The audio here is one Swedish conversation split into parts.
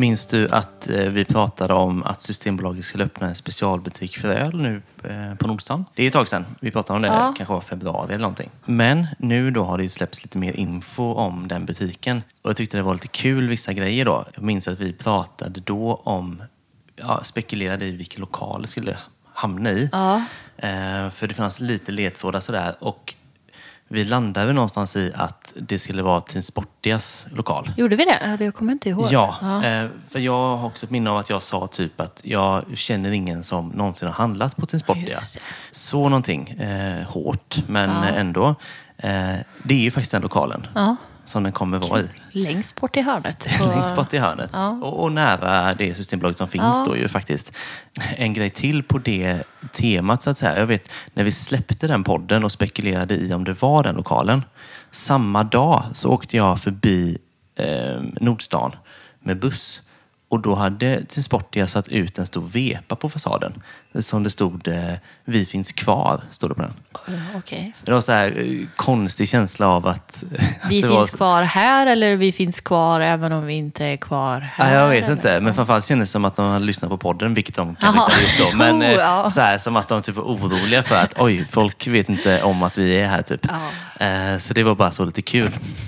Minns du att vi pratade om att Systembolaget skulle öppna en specialbutik för öl nu på Nordstan? Det är ett tag sedan. Vi pratade om det, kanske var februari eller någonting. Men nu då har det ju släppts lite mer info om den butiken. Och jag tyckte det var lite kul vissa grejer då. Jag minns att vi pratade då om, spekulerade i vilken lokal det skulle hamna i. Ja. För det fanns lite ledtrådar sådär. Och vi landade någonstans i att det skulle vara Team Sportias lokal. Gjorde vi det? Jag kommer inte ihåg. Ja, för jag har också ett minne av att jag sa typ att jag känner ingen som någonsin har handlat på Team Sportia. Så någonting hårt, men ändå. Det är ju faktiskt den lokalen som den kommer vara i. Längst bort i hörnet. Längst bort i hörnet. Ja. Och nära det Systembolaget som finns då ju faktiskt. En grej till på det temat så att säga. Jag vet, när vi släppte den podden och spekulerade i om det var den lokalen. Samma dag så åkte jag förbi Nordstan med buss. Och då hade Team Sportia satt ut en stor vepa på fasaden. Som det stod, vi finns kvar, stod det på den. Okay. Det var så här konstig känsla av att... Vi finns kvar här eller vi finns kvar även om vi inte är kvar här? Ja, jag vet inte, men framförallt kändes det som att de hade lyssnat på podden, vilket de kanske inte hade gjort då. Men så här, som att de typ var oroliga för att folk vet inte om att vi är här typ. Så det var bara så lite kul.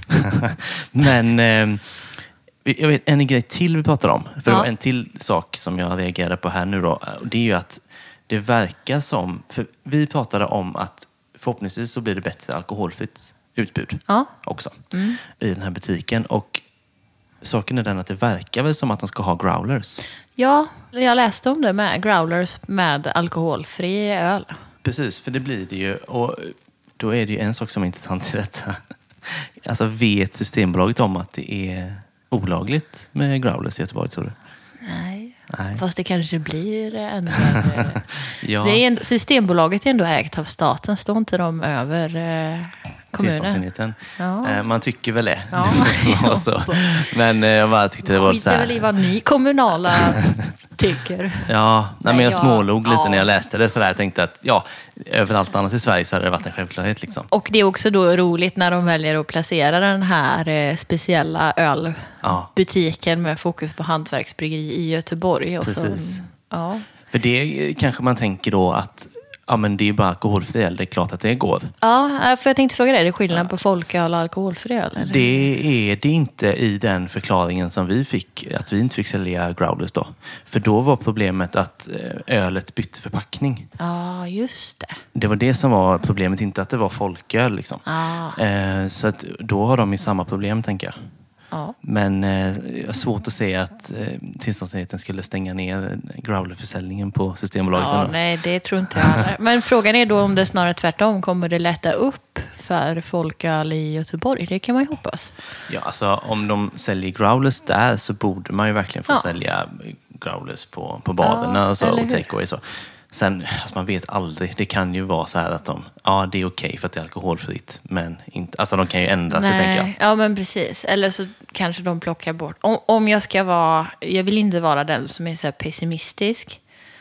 Men... jag vet en grej till vi pratar om. För det var en till sak som jag reagerade på här nu då. Det är ju att det verkar som... För vi pratade om att förhoppningsvis så blir det bättre alkoholfritt utbud också i den här butiken. Och saken är den att det verkar väl som att de ska ha growlers. Ja, jag läste om det med growlers med alkoholfri öl. Precis, för det blir det ju. Och då är det ju en sak som är intressant i detta. Alltså vet Systembolaget om att det är... olagligt med growlers i Göteborg, tror du? Nej. Fast det kanske blir ändå... Ja. Det är Systembolaget är ändå ägt av staten. Står inte de över kommunen? Ja. Man tycker väl det. Ja. Så. Men jag bara tyckte det var så här... väl i vad ni kommunala tycker. Ja, men jag smålog lite när jag läste det. Så där. Jag tänkte att överallt annat i Sverige så hade det varit en självklarhet. Liksom. Och det är också då roligt när de väljer att placera den här speciella ölbutiken med fokus på hantverksbryggeri i Göteborg. Och precis. För det kanske man tänker då att men det är bara alkoholfri öl, det är klart att det går. Ja, för jag tänkte fråga dig, är det skillnad på folköl och alkoholfri öl? Eller? Det är det inte i den förklaringen som vi fick, att vi inte fick sälja growlers då. För då var problemet att ölet bytte förpackning. Ja, just det. Det var det som var problemet, inte att det var folköl liksom. Så att då har de ju samma problem, tänker jag. Ja. Men svårt att säga att tillståndsenheten skulle stänga ner growlerförsäljningen på Systembolaget. Ja, nej, det tror inte jag heller. Men frågan är då om det snarare tvärtom kommer det lätta upp för folköl i Göteborg. Det kan man ju hoppas. Ja, alltså om de säljer growlers där så borde man ju verkligen få sälja growlers på baderna och takeaway så. Sen, alltså man vet aldrig. Det kan ju vara så här att det är okej för att det är alkoholfritt. Men inte, alltså de kan ju ändra sig, tänker jag. Ja, men precis. Eller så kanske de plockar bort. Om jag ska vara... Jag vill inte vara den som är så här pessimistisk.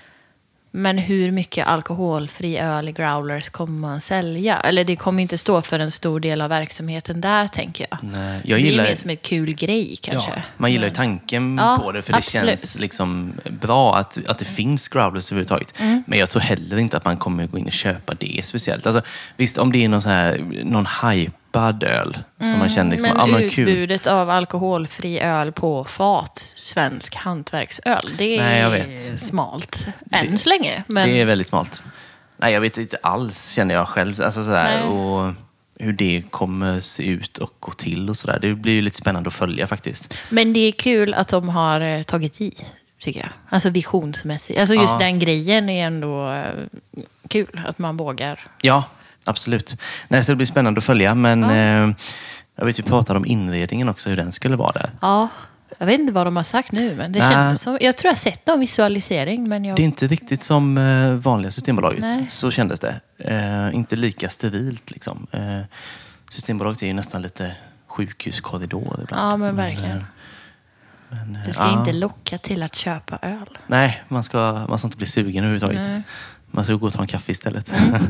Men hur mycket alkoholfri öl i growlers kommer man sälja? Eller det kommer inte stå för en stor del av verksamheten där, tänker jag. Nej, det är mer som en kul grej, kanske. Ja, man gillar ju tanken på det, för det känns liksom bra att det finns growlers överhuvudtaget. Men jag tror heller inte att man kommer gå in och köpa det speciellt. Alltså, visst, om det är någon hypad öl som man känner liksom, men utbudet av alkoholfri öl på fat, svensk hantverksöl, det är smalt än så länge. Men... Det är väldigt smalt. Nej, jag vet inte alls, känner jag själv. Alltså, sådär, och hur det kommer se ut och gå till och sådär. Det blir ju lite spännande att följa faktiskt. Men det är kul att de har tagit i, tycker jag. Alltså visionsmässigt. Alltså just den grejen är ändå kul, att man vågar. Ja, absolut. Nej, så det blir spännande att följa, men jag vet, vi pratade om inredningen också, hur den skulle vara där. Ja, jag vet inte vad de har sagt nu, men det känns som, jag tror jag har sett någon visualisering. Men det är inte riktigt som vanliga Systembolaget. Nej. Så kändes det. Inte lika sterilt liksom. Systembolaget är ju nästan lite sjukhuskorridor ibland. Ja, men verkligen. Men, det ska inte locka till att köpa öl. Nej, man ska inte bli sugen överhuvudtaget. Nej. Man ska gå och ta en kaffe istället.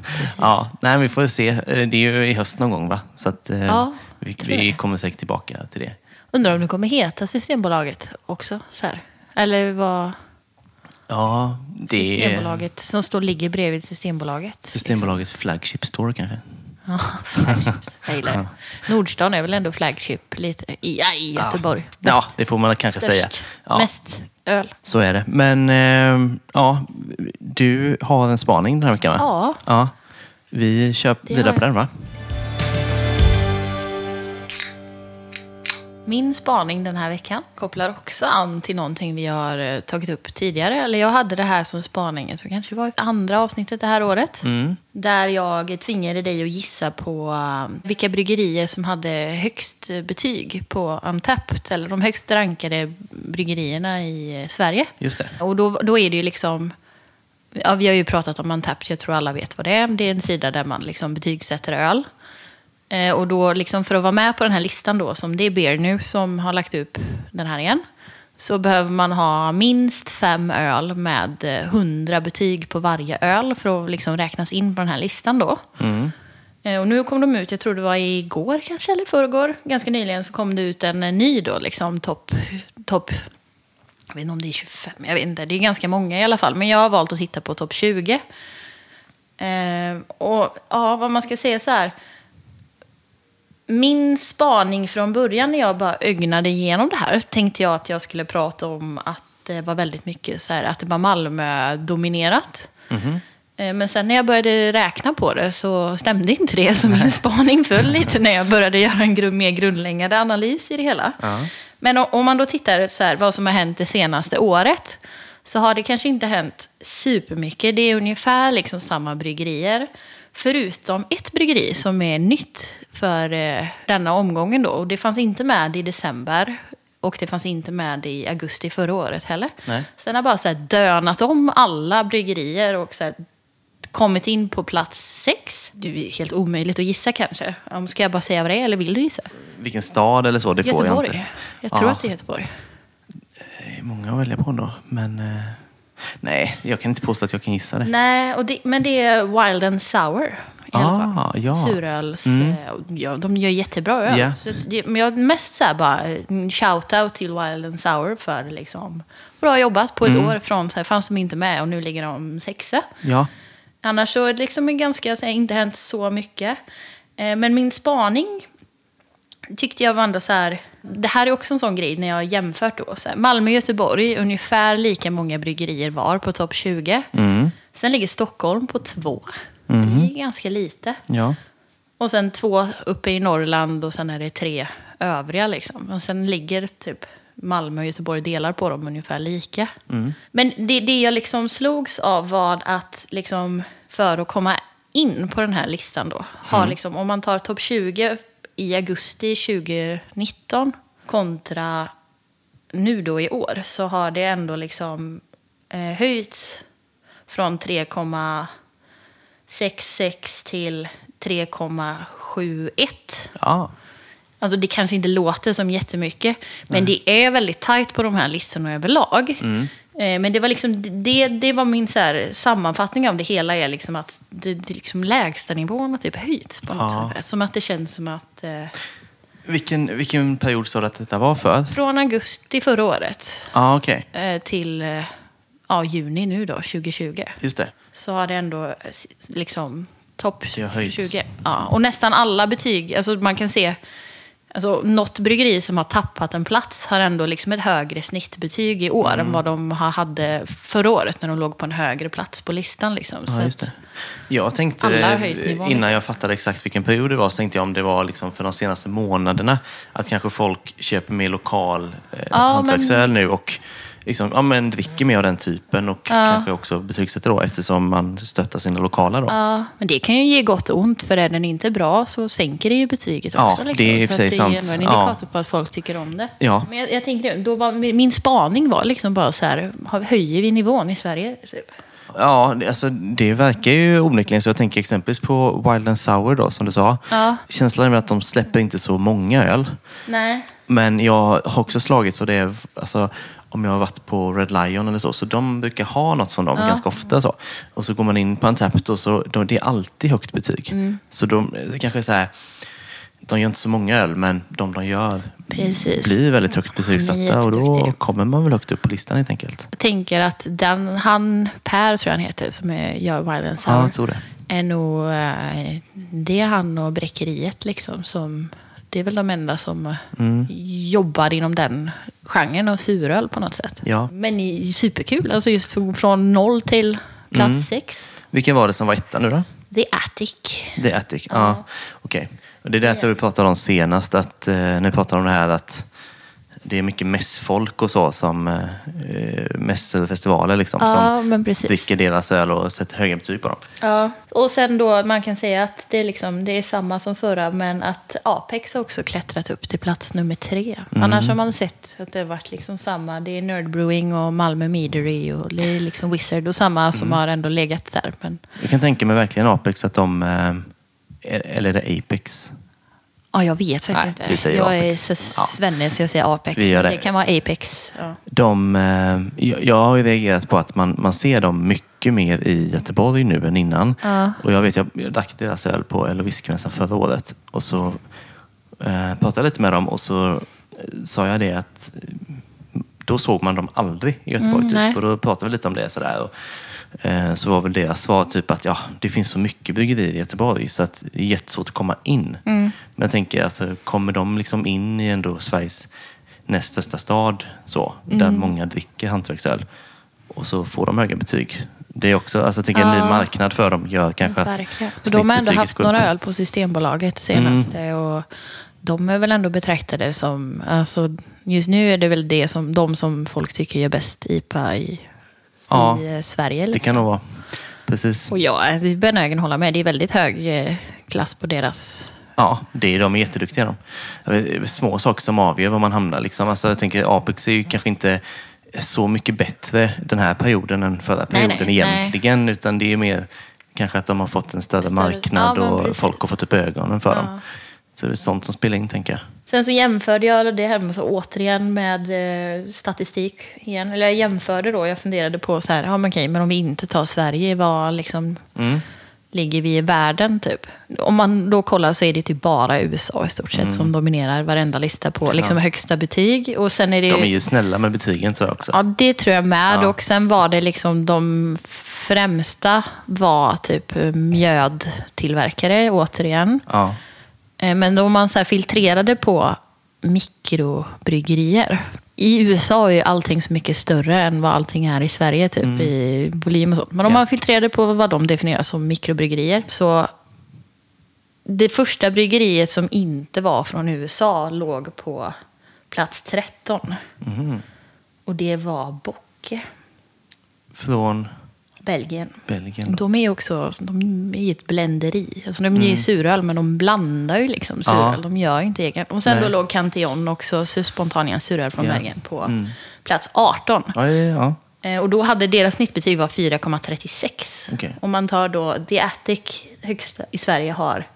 Nej, vi får se. Det är ju i höst någon gång, va? Så att vi kommer säkert tillbaka till det. Undrar om det kommer heta Systembolaget också så här. Eller vad... Ja, det Systembolaget som ligger bredvid Systembolaget. Systembolagets flagship store kanske. Ja, flagship. Nordstan är väl ändå flagship lite i Göteborg. Ja, det får man kanske säga. Ja. Mest öl. Så är det. Men du har en spaning den här veckan, va? Ja. Vi kör vidare på den, va? Min spaning den här veckan kopplar också an till någonting vi har tagit upp tidigare. Eller jag hade det här som spaning, jag tror kanske det var i andra avsnittet det här året. Där jag tvingade dig att gissa på vilka bryggerier som hade högst betyg på Untapped. Eller de högst rankade bryggerierna i Sverige. Just det. Och då är det ju liksom... Ja, vi har ju pratat om Untapped, jag tror alla vet vad det är. Det är en sida där man liksom betygsätter öl. Och då liksom för att vara med på den här listan då, som det är Beer News som har lagt upp den här igen, så behöver man ha minst 5 öl med 100 betyg på varje öl för att liksom räknas in på den här listan då. Och nu kom de ut, jag tror det var igår kanske eller förrgår, ganska nyligen så kom det ut en ny då, liksom topp, jag vet inte om det är 25, jag vet inte, det är ganska många i alla fall, men jag har valt att titta på topp 20. Och ja, vad man ska säga så här. Min spaning från början när jag bara ögnade igenom det här tänkte jag att jag skulle prata om att det var väldigt mycket så här, att det var Malmö-dominerat. Men sen när jag började räkna på det så stämde inte det, så min spaning föll lite när jag började göra en mer grundläggande analys i det hela. Men om man då tittar så här, vad som har hänt det senaste året, så har det kanske inte hänt supermycket. Det är ungefär liksom samma bryggerier. Förutom ett bryggeri som är nytt för denna omgången då. Och det fanns inte med i december. Och det fanns inte med i augusti förra året heller. Nej. Sen har bara så här dönat om alla bryggerier och så här kommit in på plats 6. Det är helt omöjligt att gissa kanske. Ska jag bara säga vad det är eller vill du gissa? Vilken stad eller så? Det Göteborg. Får jag inte. Jag tror att det är Göteborg. Det är många att välja på då. Men nej, jag kan inte påstå att jag kan gissa det. Nej, men det är Wild and Sour. I alla fall. Ja. Suröls. Ja, de gör jättebra öl. Yeah. Så men jag mest så här bara shout-out till Wild and Sour för liksom bra jobbat på ett år. Från så här, fanns de inte med och nu ligger de 6. Ja. Annars så är det liksom ganska, så här, inte hänt så mycket. Men min spaning tyckte jag var ändå så här. Det här är också en sån grej när jag har jämfört då. Så här, Malmö och Göteborg, ungefär lika många bryggerier var på topp 20. Sen ligger Stockholm på 2. Det är ganska lite. Ja. Och sen 2 uppe i Norrland och sen är det 3 övriga liksom. Och sen ligger typ Malmö och Göteborg delar på dem ungefär lika. Men det jag liksom slogs av var att liksom för att komma in på den här listan då har liksom, om man tar topp 20 i augusti 2019 kontra nu då i år, så har det ändå liksom höjts från 3,66 till 3,71. Ja. Alltså det kanske inte låter som jättemycket, men det är väldigt tajt på de här listorna överlag. Men det var liksom det var min så här sammanfattning av det hela, är liksom att det liksom lägsta nivån har typ höjts på något sätt. Som att det känns som att Vilken period sa du att detta var för? från augusti förra året Okej. till juni nu då 2020. Just det. Så har det ändå liksom topp Det har höjts. 20. Ja, och nästan alla betyg, alltså man kan se, alltså något bryggeri som har tappat en plats har ändå liksom ett högre snittbetyg i år än vad de hade förra året när de låg på en högre plats på listan liksom. Ja, så just det. Jag tänkte, innan jag fattade exakt vilken period det var, så tänkte jag om det var liksom för de senaste månaderna att kanske folk köper mer lokal hantverksöl nu och liksom, dricker mer av den typen och kanske också betygsätter då, eftersom man stöttar sina lokala då. Ja, men det kan ju ge gott och ont, för är den inte bra så sänker det ju betyget också. Ja, det är i och för sig sant. Det är en indikator på att folk tycker om det. Ja. Men jag tänkte, då var min spaning var liksom bara så här, höjer vi nivån i Sverige? Typ. Ja, alltså det verkar ju onekligen så. Jag tänker exempelvis på Wild and Sour då, som du sa. Ja. Känslan är att de släpper inte så många öl. Nej. Men jag har också slagit så det är, alltså, om jag har varit på Red Lion eller så de brukar ha något från dem ganska ofta så. Och så går man in på Untapped och så det är alltid högt betyg. Så de kanske är så här de gör inte så många öl, men de gör blir väldigt högt betygsatta och då kommer man väl högt upp på listan helt enkelt. Jag tänker att Per tror jag han heter, som gör Wild and Sour. Ja, jag tror det. Är nog det är han och Bräckeriet liksom som... Det är väl de enda som jobbar inom den genren av suröl på något sätt. Ja. Men superkul. Alltså just från 0 till plats 6. Vilken var det som var etta nu då? The Attic. The Attic, ja. Okej. Och det är det som vi pratade om senast. Att, när vi pratade om det här att det är mycket mässfolk och så som mässor och festivaler liksom, som dricker deras öl och sätter höga betyg på dem. Ja, och sen då man kan säga att det är, liksom, det är samma som förra, men att Apex har också klättrat upp till plats nummer 3. Annars har man sett att det har varit liksom samma. Det är Nerd Brewing och Malmö Meadery och det är liksom Wizard och samma som har ändå legat där. Men... Jag kan tänka mig verkligen Apex att de... Eller är det Apex? Ja, jag vet faktiskt inte. Jag är så svenne så jag säger Apex. Det kan vara Apex. Ja. Jag har ju reagerat på att man ser dem mycket mer i Göteborg nu än innan. Ja. Och jag vet, jag drack deras öl på Öl och Whiskymässan förra året. Och så pratade jag lite med dem och så sa jag det att då såg man dem aldrig i Göteborg. Typ. Och då pratade vi lite om det sådär. Och, så var väl deras svar typ att det finns så mycket bryggerier i Göteborg så att det är jättesvårt att komma in. Men jag tänker, alltså, kommer de liksom in i ändå Sveriges näst största stad så, där många dricker hantverksöl och så får de höga betyg. Det är också, alltså jag tycker en ny marknad för dem gör kanske att de har ändå haft några öl på Systembolaget senaste och de är väl ändå betraktade som, alltså just nu är det väl det som de som folk tycker är bäst IPA i Sverige. Liksom. Det kan nog vara. Precis. Och jag är benägen att hålla med. Det är väldigt hög klass på deras... Ja, de är jätteduktiga. Små saker som avgör var man hamnar. Liksom. Alltså, jag tänker Apex är ju kanske inte så mycket bättre den här perioden än förra perioden egentligen. Utan det är mer kanske att de har fått en större marknad och folk har fått upp ögonen för dem. Så det är sånt som spelar in, tänker jag. Sen så jämförde jag det här med, så återigen med statistik igen. Eller jag jämförde då, jag funderade på så här, men om vi inte tar Sverige, vad liksom ligger vi i världen typ? Om man då kollar så är det typ bara USA i stort sett som dominerar varenda lista på liksom högsta betyg. Och sen är det, de är ju snälla med betygen så också. Ja, det tror jag med. Ja. Och sen var det liksom de främsta var typ mjödtillverkare återigen. Ja. Men om man så här filtrerade på mikrobryggerier. I USA är ju allting så mycket större än vad allting är i Sverige typ i volym och sånt. Men om man filtrerade på vad de definierar som mikrobryggerier så det första bryggeriet som inte var från USA låg på plats 13. Och det var Bocke. Från? Belgien. Då. De är också, de är ett blenderi. Alltså de är ju suröl, men de blandar ju liksom suröl. De gör ju inte egen. Och sen då låg Cantillon också, Spontanea suröl från Belgien på plats 18. Ja. Och då hade deras snittbetyg var 4,36. Okay. Om man tar då The Attic högsta i Sverige har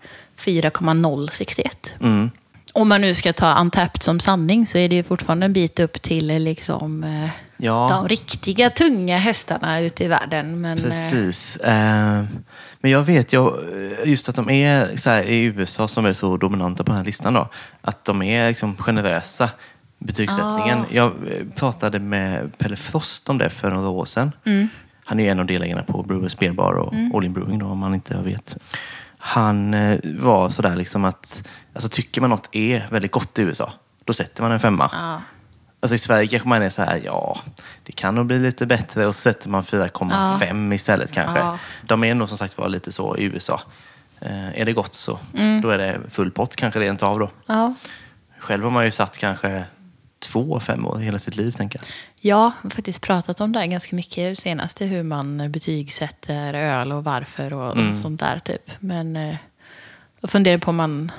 4,061. Om man nu ska ta Untapped som sanning så är det fortfarande en bit upp till liksom de riktiga tunga hästarna ute i världen. Men, precis. Men jag vet just att de är så här, i USA som är så dominanta på den här listan då, att de är liksom generösa betygssättningen. Jag pratade med Pelle Frost om det för några år sedan. Han är ju en av delägarna på Brewers Beer Bar och All In Brewing då, om man inte vet. Han var sådär liksom att alltså, tycker man något är väldigt gott i USA, då sätter man en 5. Alltså i Sverige kanske man är så här, det kan nog bli lite bättre och så sätter man 4,5 istället kanske. De är nog som sagt var lite så i USA. Är det gott så, då är det full pott kanske rent av då. Själv har man ju satt kanske 2-5 år i hela sitt liv, tänker jag. Ja, jag har faktiskt pratat om det ganska mycket senast, hur man betygsätter öl och varför och sånt där typ. Men jag funderar på om man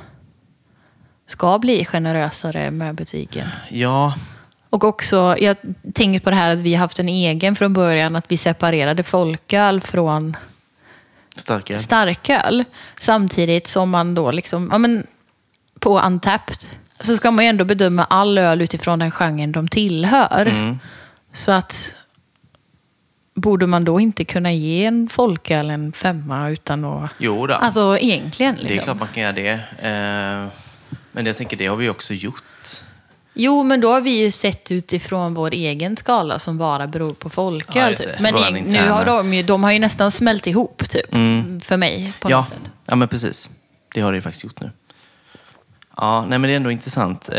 ska bli generösare med betygen. Ja. Och också, jag tänker på det här att vi har haft en egen från början, att vi separerade folköl från starköl. Samtidigt som man då liksom, på Untapped så ska man ju ändå bedöma all öl utifrån den genren de tillhör. Så att borde man då inte kunna ge en folköl en 5 utan att... Jo då. Alltså egentligen. Liksom. Det är klart man kan göra det. Men jag tänker, det har vi också gjort. Jo, men då har vi ju sett utifrån vår egen skala som bara beror på folköl. Typ. Men nu har de har ju nästan smält ihop typ, för mig på något sätt. Ja, men precis. Det har det ju faktiskt gjort nu. Ja, nej, men det är ändå intressant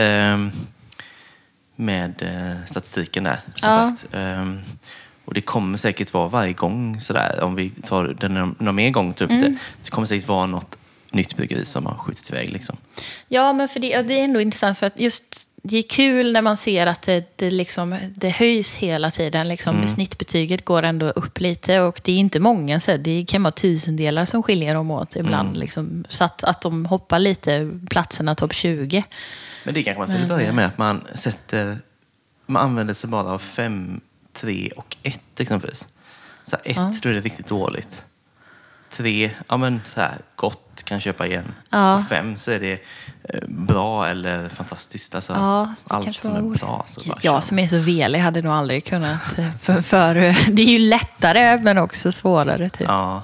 med statistiken där, som sagt. Och det kommer säkert vara varje gång sådär, om vi tar den någon mer gång upp det, så kommer det säkert vara något nytt bryggeri som har skjutit iväg liksom. Ja, men för det är ändå intressant för att just det är kul när man ser att det höjs hela tiden. Liksom. Snittbetyget går ändå upp lite och det är inte många. Så det kan vara 1000-delar som skiljer dem åt ibland. Liksom, så att de hoppar lite platserna topp 20. Men det kanske man skulle börja med att man använder sig bara av 5, 3 och 1 exempelvis. Så 1, då är det riktigt dåligt. 3, ja men så här, gott, kan köpa igen. Och 5 så är det bra eller fantastiskt. Alltså, allt som är bra. Så jag som är så velig hade nog aldrig kunnat. För det är ju lättare men också svårare. Typ. Ja.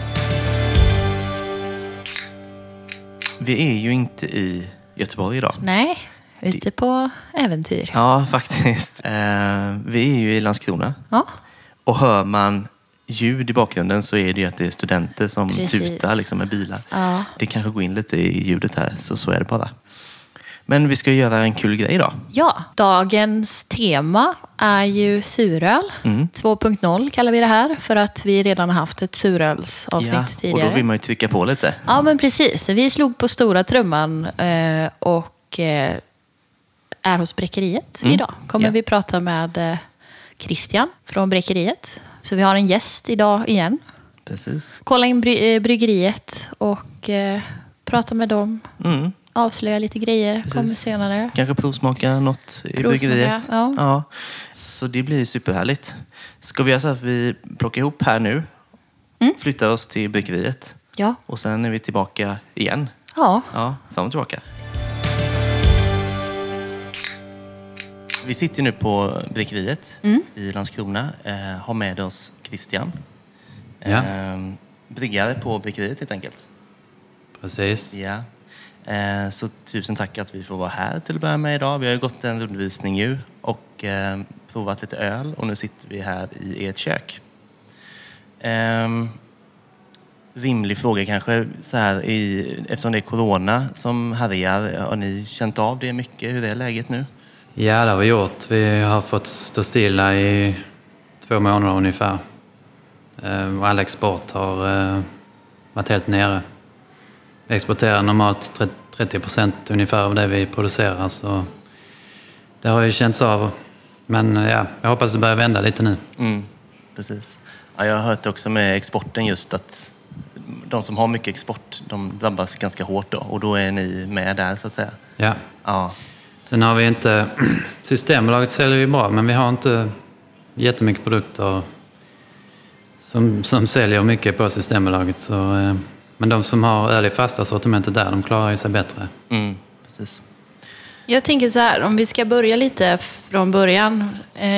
Vi är ju inte i Göteborg idag. Nej, ute på äventyr. Ja, faktiskt. Vi är ju i Landskrona. Ja. Och hör man ljud i bakgrunden så är det ju att det är studenter som tutar liksom med bilar. Ja. Det kanske går in lite i ljudet här, så är det bara. Men vi ska göra en kul grej idag. Ja, dagens tema är ju suröl. 2.0 kallar vi det här, för att vi redan har haft ett surölsavsnitt tidigare. Och då vill man ju trycka på lite. Ja, men precis. Vi slog på stora trumman och är hos Bräckeriet idag. Kommer vi prata med Christian från Bräckeriet. Så vi har en gäst idag igen. Precis. Kolla in bryggeriet och prata med dem. Avslöja lite grejer. Precis. Kommer senare. Kanske provsmaka något i bryggeriet. Ja. Så det blir superhärligt. Ska vi göra så att vi plockar ihop här nu? Flyttar oss till bryggeriet. Ja. Och sen är vi tillbaka igen. Ja, fram och tillbaka. Vi sitter nu på Bräckeriet i Landskrona. Har med oss Christian. Bryggare på Bräckeriet helt enkelt. Precis. Ja. Så tusen tack att vi får vara här till att börja med idag. Vi har ju gått en rundvisning ju och provat lite öl. Och nu sitter vi här i ert kök. Rimlig fråga kanske så här, eftersom det är corona som härjar. Har ni känt av det mycket? Hur är läget nu? Ja, det har vi gjort. Vi har fått stå stilla i 2 månader ungefär. All export har varit helt nere. Vi exporterar normalt 30% ungefär av det vi producerar. Så det har ju känts av. Men jag hoppas det börjar vända lite nu. Precis. Ja, jag har hört också med exporten just att de som har mycket export, de drabbas ganska hårt då. Och då är ni med där så att säga. Ja. Sen har vi inte... Systembolaget säljer ju bra, men vi har inte jättemycket produkter som säljer mycket på Systembolaget. Så, men de som har öl i fasta sortimentet där, de klarar ju sig bättre. Precis. Jag tänker så här, om vi ska börja lite från början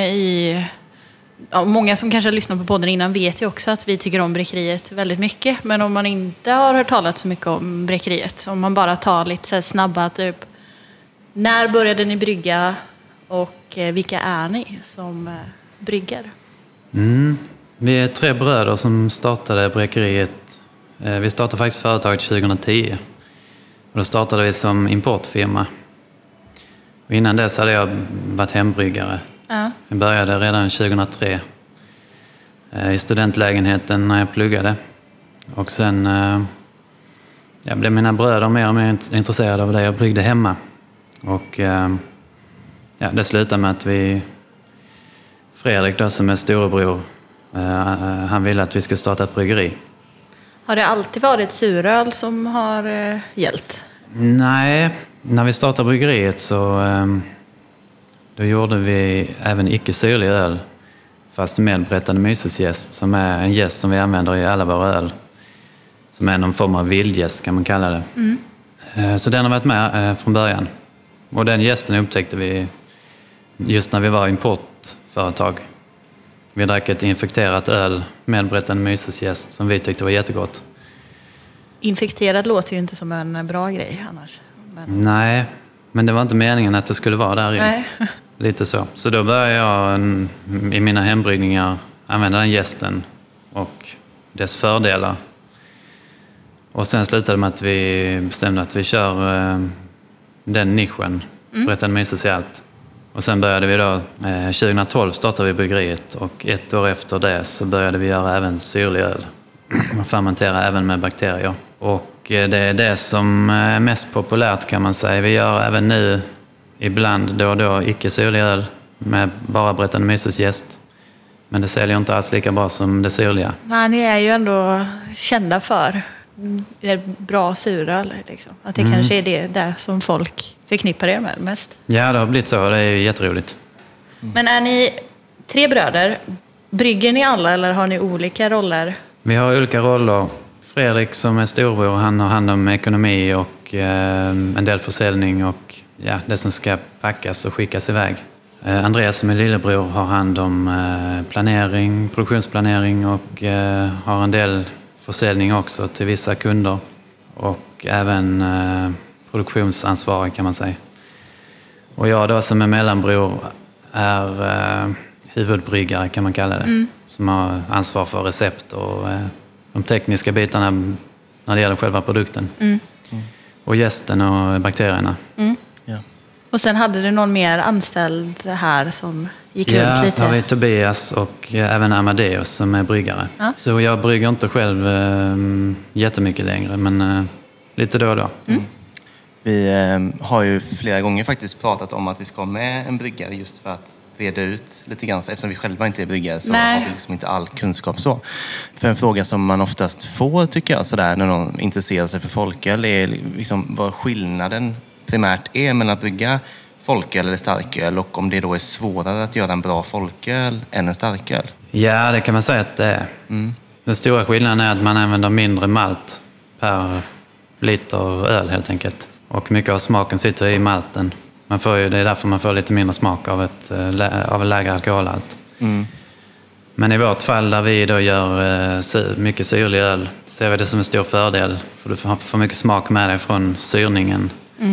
många som kanske har lyssnat på podden innan vet ju också att vi tycker om Bräckeriet väldigt mycket. Men om man inte har hört talat så mycket om Bräckeriet, om man bara tar lite så här snabba typ, när började ni brygga och vilka är ni som brygger? Vi är 3 bröder som startade Bräckeriet. Vi startade faktiskt företaget 2010. Och då startade vi som importfirma. Och innan dess hade jag varit hembryggare. Jag började redan 2003 i studentlägenheten när jag pluggade. Och sen blev mina bröder mer och mer intresserade av det jag bryggde hemma. Och det slutade med att Fredrik då, som är storebror, han ville att vi skulle starta ett bryggeri. Har det alltid varit suröl som har gällt? Nej, när vi startade bryggeriet så då gjorde vi även icke-syrlig öl, fast med Brettanomyces jäst, som är en jäst som vi använder i alla våra öl. Som är någon form av vildjäst kan man kalla det. Så den har varit med från början. Och den jästen upptäckte vi just när vi var importföretag. Vi drack ett infekterat öl med Brettanomyces jäst som vi tyckte var jättegott. Infekterad låter ju inte som en bra grej annars. Men... Nej, men det var inte meningen att det skulle vara där inne. Nej. Lite så. Så då började jag i mina hembryggningar använda den jästen och dess fördelar. Och sen slutade med att vi bestämde att vi kör den nischen, Brettanomyces i allt. Och sen började vi då, 2012 startade vi bryggeriet och ett år efter det så började vi göra även syrlig öl. Och fermentera även med bakterier. Och det är det som är mest populärt kan man säga. Vi gör även nu ibland då och då icke-syrlig öl med bara Brettanomyces jäst. Men det säljer inte alls lika bra som det syrliga. Nej, ni är ju ändå kända för bra suröl. Liksom. Att det kanske är det där som folk förknippar er med mest. Ja, det har blivit så. Det är ju jätteroligt. Men är ni 3 bröder? Brygger ni alla eller har ni olika roller? Vi har olika roller. Fredrik som är storbror, han har hand om ekonomi och en del försäljning och det som ska packas och skickas iväg. Andreas som är lillebror har hand om planering, produktionsplanering och har en del försäljning också till vissa kunder. Och även produktionsansvarig kan man säga. Och jag då som är mellanbror är huvudbryggare kan man kalla det. Som har ansvar för recept och de tekniska bitarna när det gäller själva produkten. Och jästen och bakterierna. Ja. Och sen hade du någon mer anställd här som gick runt lite? Ja, så har vi Tobias och även Amadeus som är bryggare. Ja. Så jag brygger inte själv jättemycket längre, men lite då och då. Vi har ju flera gånger faktiskt pratat om att vi ska ha med en bryggare just för att reda ut lite grann. Eftersom vi själva inte är bryggare så har vi liksom inte all kunskap så. För en fråga som man oftast får tycker jag sådär när någon intresserar sig för folköl är liksom vad skillnaden primärt är mellan att brygga folköl eller starköl och om det då är svårare att göra en bra folköl än en starköl. Ja, det kan man säga att det är. Den stora skillnaden är att man använder mindre malt per liter öl helt enkelt. Och mycket av smaken sitter i malten. Det är därför man får lite mindre smak av en lägre alkoholhalt. Men i vårt fall där vi då gör mycket syrlig öl ser vi det som en stor fördel. För du får mycket smak med dig från syrningen.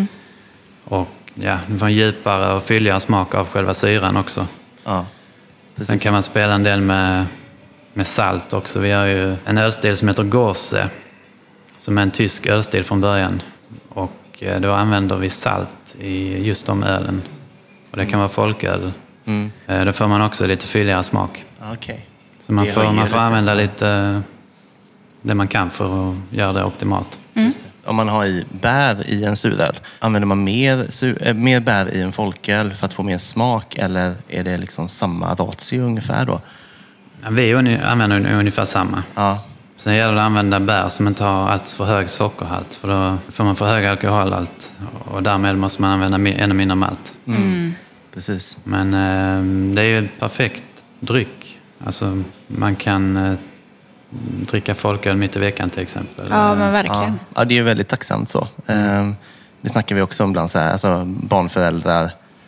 Och du får en djupare och fylligare smak av själva syran också. Ja, precis. Sen kan man spela en del med salt också. Vi har ju en ölstil som heter Gorse. Som är en tysk ölstil från början. Och då använder vi salt i just de ölen. Och det kan vara folköl. Då får man också lite fylligare smak. Okay. Så man får använda lite det man kan för att göra det optimalt. Om man har i bär i en suröl, använder man mer bär i en folköl för att få mer smak eller är det liksom samma ratio ungefär då? Ja, vi använder ungefär samma. Ja. Sen gäller det att använda bär som inte har allt för hög sockerhalt för då får man för hög alkoholhalt och därmed måste man använda ännu mindre malt. Precis. Men det är ju en perfekt dryck. Alltså man kan dricka folköl mitt i veckan till exempel. Ja, men verkligen. Ja, det är väldigt tacksamt så. Det snackar vi också om ibland så här, alltså barnföräldrar,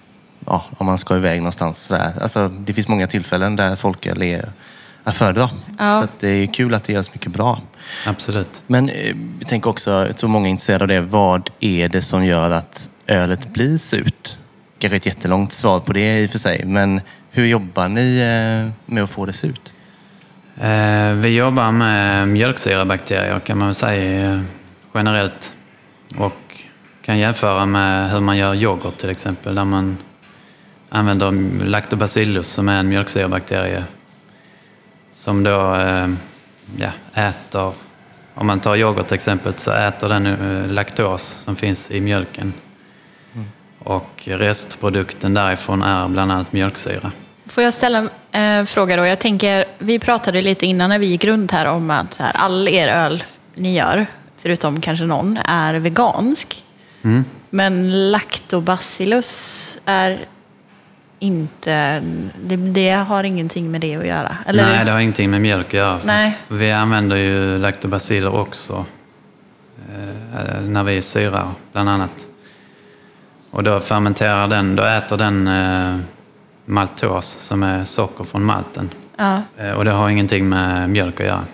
om man ska iväg någonstans och så där. Alltså det finns många tillfällen där folköl är att föredra. Så att det är kul att det görs mycket bra. Absolut. Men jag tänker också, jag tror många är intresserade av det. Vad är det som gör att ölet blir surt? Kanske ett jättelångt svar på det i och för sig. Men hur jobbar ni med att få det surt? Vi jobbar med mjölksyrabakterier kan man väl säga generellt. Och kan jämföra med hur man gör yoghurt till exempel. Där man använder lactobacillus som är en mjölksyrabakterie. Som då äter, om man tar yoghurt till exempel så äter den laktos som finns i mjölken. Och restprodukten därifrån är bland annat mjölksyra. Får jag ställa en fråga då? Jag tänker, vi pratade lite innan när vi gick runt här om att så här, all er öl ni gör, förutom kanske någon, är vegansk. Men lactobacillus är inte, det har ingenting med det att göra. Eller? Nej, det har ingenting med mjölk att göra. Nej. Vi använder ju lactobaciller också när vi syrar bland annat. Och då fermenterar den, då äter den maltos som är socker från malten. Ja. Och det har ingenting med mjölk att göra. Nej.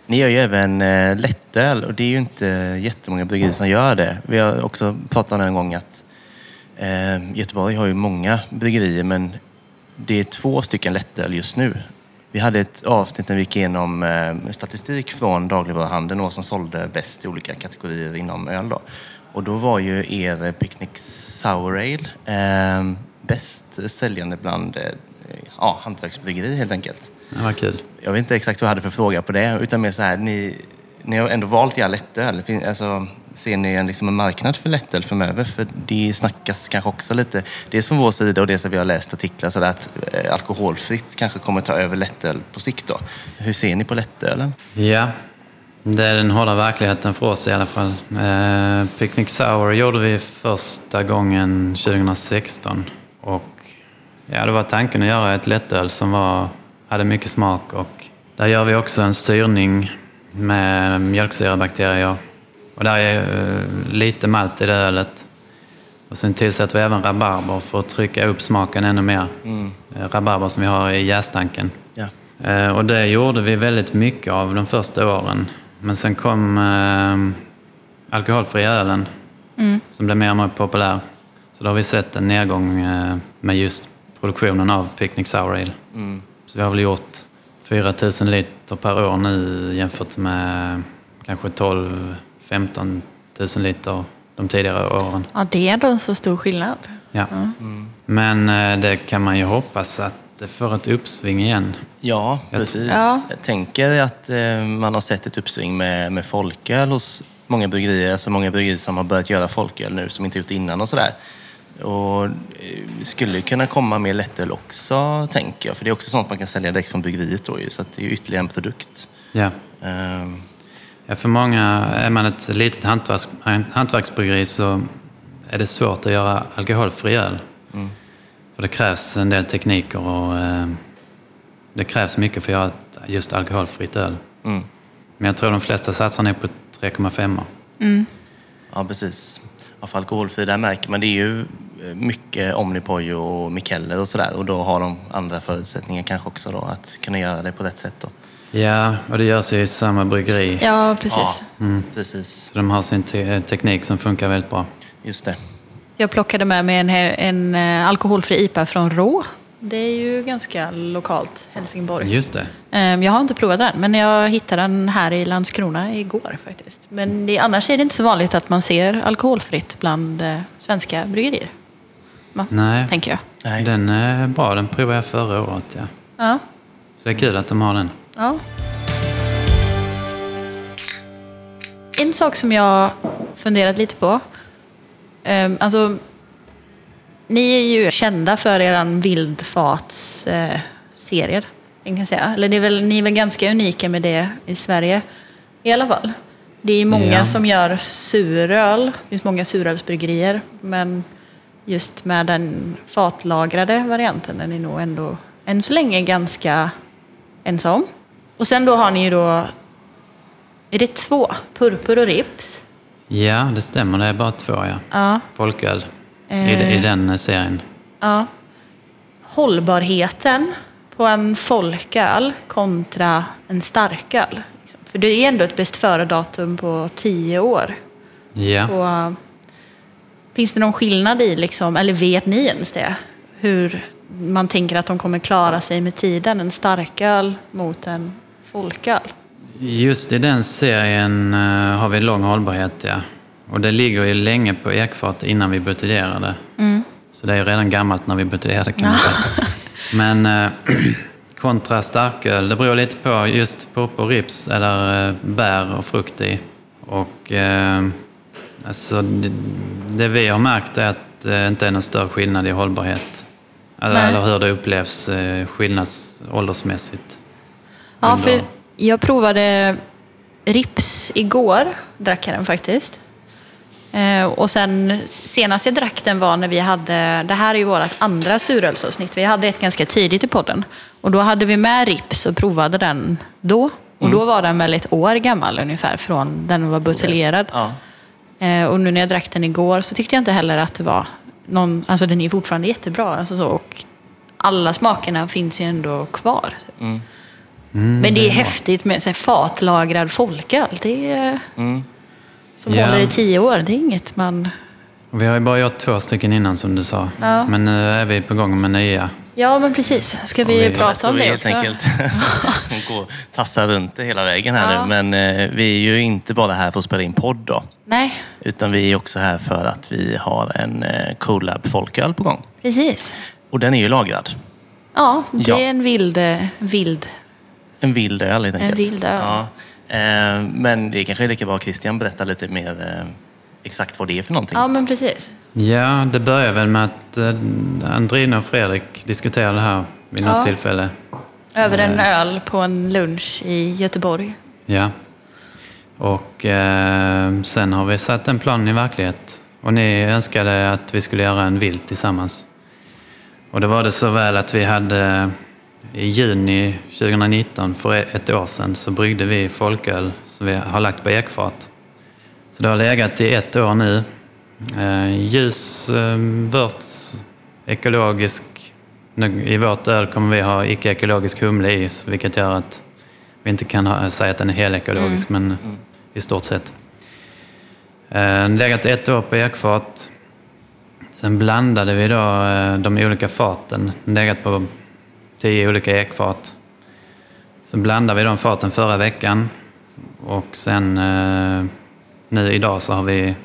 Ni gör ju även lättöl och det är ju inte jättemånga bryggerier som gör det. Vi har också pratat om en gång att Göteborg har ju många bryggerier, men det är 2 stycken lättöl just nu. Vi hade ett avsnitt där vi gick igenom statistik från dagligvaruhandeln och vad som sålde bäst i olika kategorier inom öl då. Och då var ju er Picnic Sour Ale bäst säljande bland hantverksbryggeri helt enkelt. Det var kul. Jag vet inte exakt vad jag hade för fråga på det, utan mer så här, ni har ändå valt er lättöl. Alltså, ser ni en marknad för lättöl framöver? För det snackas kanske också lite, dels från vår sida och det som vi har läst artiklar, så att alkoholfritt kanske kommer ta över lättöl på sikt då. Hur ser ni på lättölen? Ja, det är den hårda verkligheten för oss i alla fall. Picnic Sour gjorde vi första gången 2016 och det var tanken att göra ett lättöl som hade mycket smak, och där gör vi också en syrning med mjölksyrabakterier. Och där är lite malt i det ölet. Och sen tillsätter vi även rabarber för att trycka upp smaken ännu mer. Rabarber som vi har i jästanken. Ja. Och det gjorde vi väldigt mycket av de första åren. Men sen kom alkoholfria ölen som blev mer och mer populär. Så då har vi sett en nedgång med just produktionen av Picnic Sour Ale. Så vi har väl gjort 4 000 liter per år nu jämfört med kanske 12 000-15 000 liter de tidigare åren. Ja, det är då så stor skillnad. Ja. Men det kan man ju hoppas att det får ett uppsving igen. Ja, precis. Ja. Jag tänker att man har sett ett uppsving med folköl hos många bryggerier. Alltså många bryggerier som har börjat göra folköl nu som inte gjort innan och sådär. Och skulle kunna komma med lättöl också, tänker jag. För det är också sånt man kan sälja direkt från bryggeriet då ju. Så att det är ju ytterligare en produkt. Ja. Ja, för många, är man ett litet hantverksbryggeri så är det svårt att göra alkoholfri öl. För det krävs en del tekniker och det krävs mycket för att göra just alkoholfritt öl. Men jag tror de flesta satsar ner på 3,5. Ja, precis. Ja, för alkoholfri, där märker man, det är ju mycket Omnipoj och Mikkeller och sådär. Och då har de andra förutsättningar kanske också då att kunna göra det på rätt sätt då. Ja, och det görs ju i samma bryggeri. Ja, precis. Ja, precis. Så de har sin teknik som funkar väldigt bra. Just det. Jag plockade med mig en alkoholfri IPA från Rå. Det är ju ganska lokalt, Helsingborg. Just det. Jag har inte provat den, men jag hittade den här i Landskrona igår faktiskt. Men annars är det inte så vanligt att man ser alkoholfritt bland svenska bryggerier. Nej, tänker jag. Nej. Den är bra. Den provade jag förra året, ja. Ja. Så det är kul att de har den. Ja. En sak som jag funderat lite på. Alltså, ni är ju kända för eran vildfartsserier, kan jag säga. Eller ni är väl ganska unika med det i Sverige i alla fall. Det är många som gör suröl. Det finns många surölsbryggerier. Men just med den fatlagrade varianten är ni nog ändå än så länge ganska ensam. Och sen då har ni ju då, är det 2? Purpur och Rips? Ja, det stämmer. Det är bara 2, ja. Ja. Folköl i den serien. Ja. Hållbarheten på en folköl kontra en starköl. För det är ändå ett bäst före-datum på 10 år. Ja. Och, finns det någon skillnad i, liksom, eller vet ni ens det? Hur man tänker att de kommer klara sig med tiden, en starköl mot en folköl? Just i den serien har vi lång hållbarhet, ja. Och det ligger ju länge på ekfat innan vi buteljerar det. Så det är ju redan gammalt när vi buteljerar det, kan man säga. Men kontra starköl, det beror lite på just purpur och rips eller bär och frukt i. Och alltså, det vi har märkt är att det inte är någon större skillnad i hållbarhet. Eller hur det upplevs åldersmässigt. Ja, för jag provade Rips igår, drack jag den faktiskt. Och sen senast jag drack den var när vi hade, det här är ju vårt andra surölsavsnitt. Vi hade ett ganska tidigt i podden. Och då hade vi med Rips och provade den då. Och då var den väl 1 år gammal ungefär från den var buteljerad. Ja. Och nu när jag drack den igår så tyckte jag inte heller att det var någon, alltså den är fortfarande jättebra. Alltså så, och alla smakerna finns ju ändå kvar. Men det är häftigt med så här, fatlagrad folköl. Det är, som håller i 10 år. Det är inget man... Vi har ju bara gjort 2 stycken innan som du sa. Ja. Men nu är vi på gång med nya. Ja, men precis. Ska vi prata om det också? Helt enkelt gå och tassa runt det hela vägen här nu. Men vi är ju inte bara här för att spela in podd då. Nej. Utan vi är också här för att vi har en Colab folköl på gång. Precis. Och den är ju lagrad. Ja, det är en vild. En vild öl helt enkelt. En vild öl. Ja. Men det kanske är lika bra Christian berättar lite mer exakt vad det är för någonting. Ja, men precis. Ja, det börjar väl med att Andrina och Fredrik diskuterade det här vid något tillfälle. Över en öl på en lunch i Göteborg. Ja. Och sen har vi satt en plan i verklighet. Och ni önskade att vi skulle göra en vild tillsammans. Och det var det så väl att vi hade i juni 2019, för 1 år sedan, så bryggde vi folköl som vi har lagt på ekfat. Så det har legat i 1 år nu. Ljus, vört, ekologisk. I vårt öl kommer vi ha icke-ekologisk humle i, vilket gör att vi inte kan säga att den är helekologisk, men i stort sett. Legat 1 år på ekfat. Sen blandade vi då de olika faten. Legat på 10 olika ekfat. Sen blandade vi de faten förra veckan. Och sen nu idag så har vi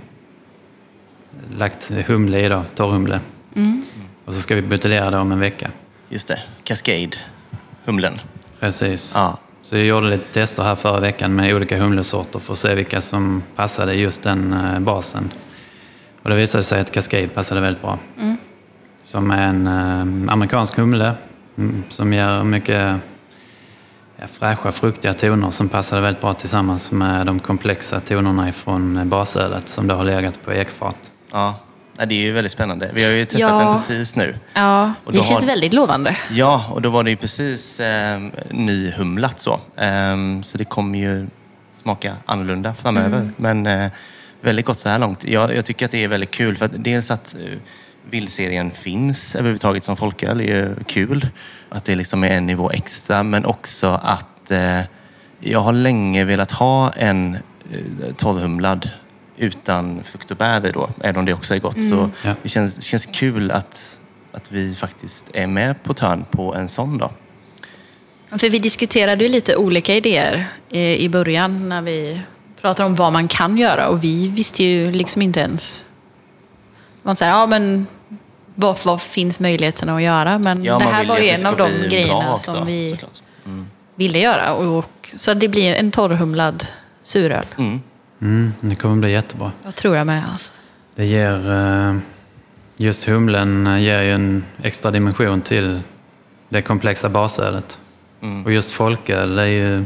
lagt humle i då, torrhumle. Och så ska vi buteljera det om en vecka. Just det, Cascade, humlen. Precis. Ja. Så jag gjorde lite tester här förra veckan med olika humlesorter för att se vilka som passade just den basen. Och det visade sig att Cascade passade väldigt bra. Som är en amerikansk humle som ger mycket fräscha, fruktiga toner som passade väldigt bra tillsammans med de komplexa tonerna från basölet som då har legat på ekfat. Ja, det är ju väldigt spännande. Vi har ju testat den precis nu. Ja, och det känns väldigt lovande. Ja, och då var det ju precis nyhumlat så. Så det kommer ju smaka annorlunda framöver. Men väldigt gott så här långt. Jag tycker att det är väldigt kul för att dels att vildserien finns överhuvudtaget som folköl är ju kul. Att det liksom är en nivå extra, men också att jag har länge velat ha en torrhumlad utan frukt och bär då, även om det också är gott. Så det känns kul att vi faktiskt är med på törn på en sån då. För vi diskuterade ju lite olika idéer i början när vi pratade om vad man kan göra, och vi visste ju liksom inte ens. Man säger, men vad finns möjligheten att göra? Men det här var ju en av de grejerna som vi ville göra. Och så det blir en torrhumlad suröl. Det kommer bli jättebra. Jag tror jag med. Alltså. Det ger, just humlen ger ju en extra dimension till det komplexa basölet. Och just folköl är ju,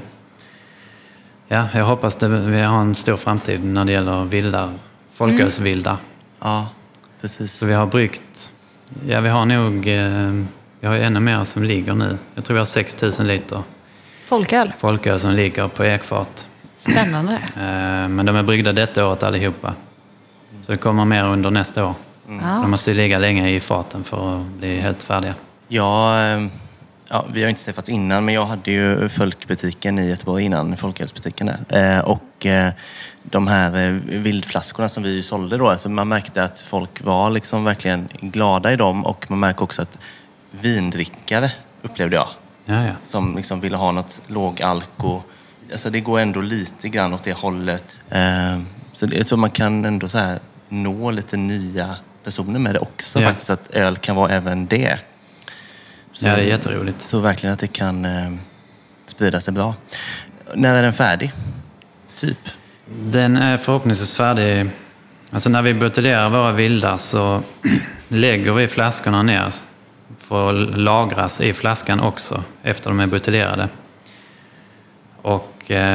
jag hoppas att vi har en stor framtid när det gäller vildar, folkölsvildar. Ja, precis. Så vi har bryggt, vi har nog, vi har ju ännu mer som ligger nu. Jag tror vi har 6 000 liter folköl som ligger på ekfat. Spännande. Men de är bryggda detta året allihopa. Så det kommer mer under nästa år. De måste ju ligga länge i faten för att bli helt färdiga. Ja, vi har inte träffats innan, men jag hade ju folkbutiken i Göteborg innan, folkölsbutiken där. Och de här vildflaskorna som vi sålde då, alltså man märkte att folk var liksom verkligen glada i dem, och man märker också att vindrickare upplevde jag. Som liksom ville ha något lågalko. Alltså det går ändå lite grann åt det hållet. Så det är så man kan ändå så här nå lite nya personer med det också faktiskt, att öl kan vara även det. Så, det är jätteroligt. Så verkligen att det kan sprida sig bra. När är den färdig? Typ? Den är förhoppningsvis färdig. Alltså när vi buteljerar våra vildar så lägger vi flaskorna ner för att lagras i flaskan också efter de är buteljerade. Och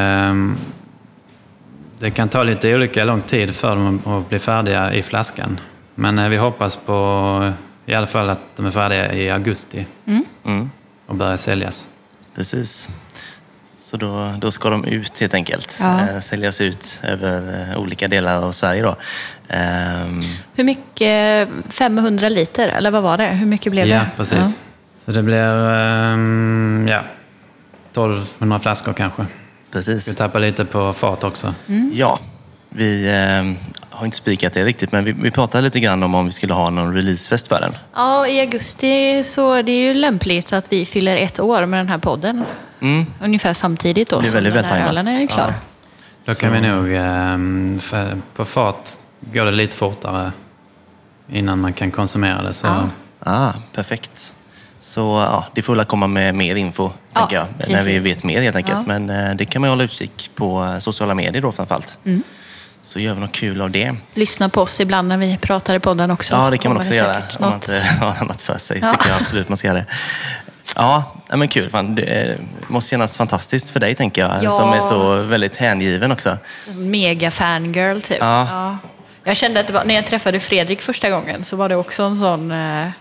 det kan ta lite olika lång tid för dem att bli färdiga i flaskan. Men vi hoppas på i alla fall att de är färdiga i augusti och börjar säljas. Precis. Så då ska de ut helt enkelt. Säljas ut över olika delar av Sverige då. Hur mycket? 500 liter? Eller vad var det? Hur mycket blev det? Ja, precis. Så det blir 1200 flaskor kanske. Precis. Vi tappar lite på fat också. Ja, vi har inte spikat det riktigt, men vi pratade lite grann om vi skulle ha någon releasefest för den. Ja, i augusti så det är ju lämpligt att vi fyller 1 år med den här podden. Ungefär samtidigt då, det är som den här ölen är klar. Då kan vi nog, på fat går det lite fortare innan man kan konsumera det. Så. Perfekt. Så det får väl komma med mer info, tänker jag, när vi vet mer helt enkelt. Men det kan man ju hålla utkik på sociala medier då framförallt. Så gör vi något kul av det. Lyssna på oss ibland när vi pratar i podden också. Ja, det kan man också göra om man inte har annat för sig. Tycker jag absolut man ska göra det. Ja, men kul. Fan, det måste kännas fantastiskt för dig, tänker jag. Som är så väldigt hängiven också. Mega fangirl, typ. Ja. Jag kände att det var, när jag träffade Fredrik första gången så var det också en sån...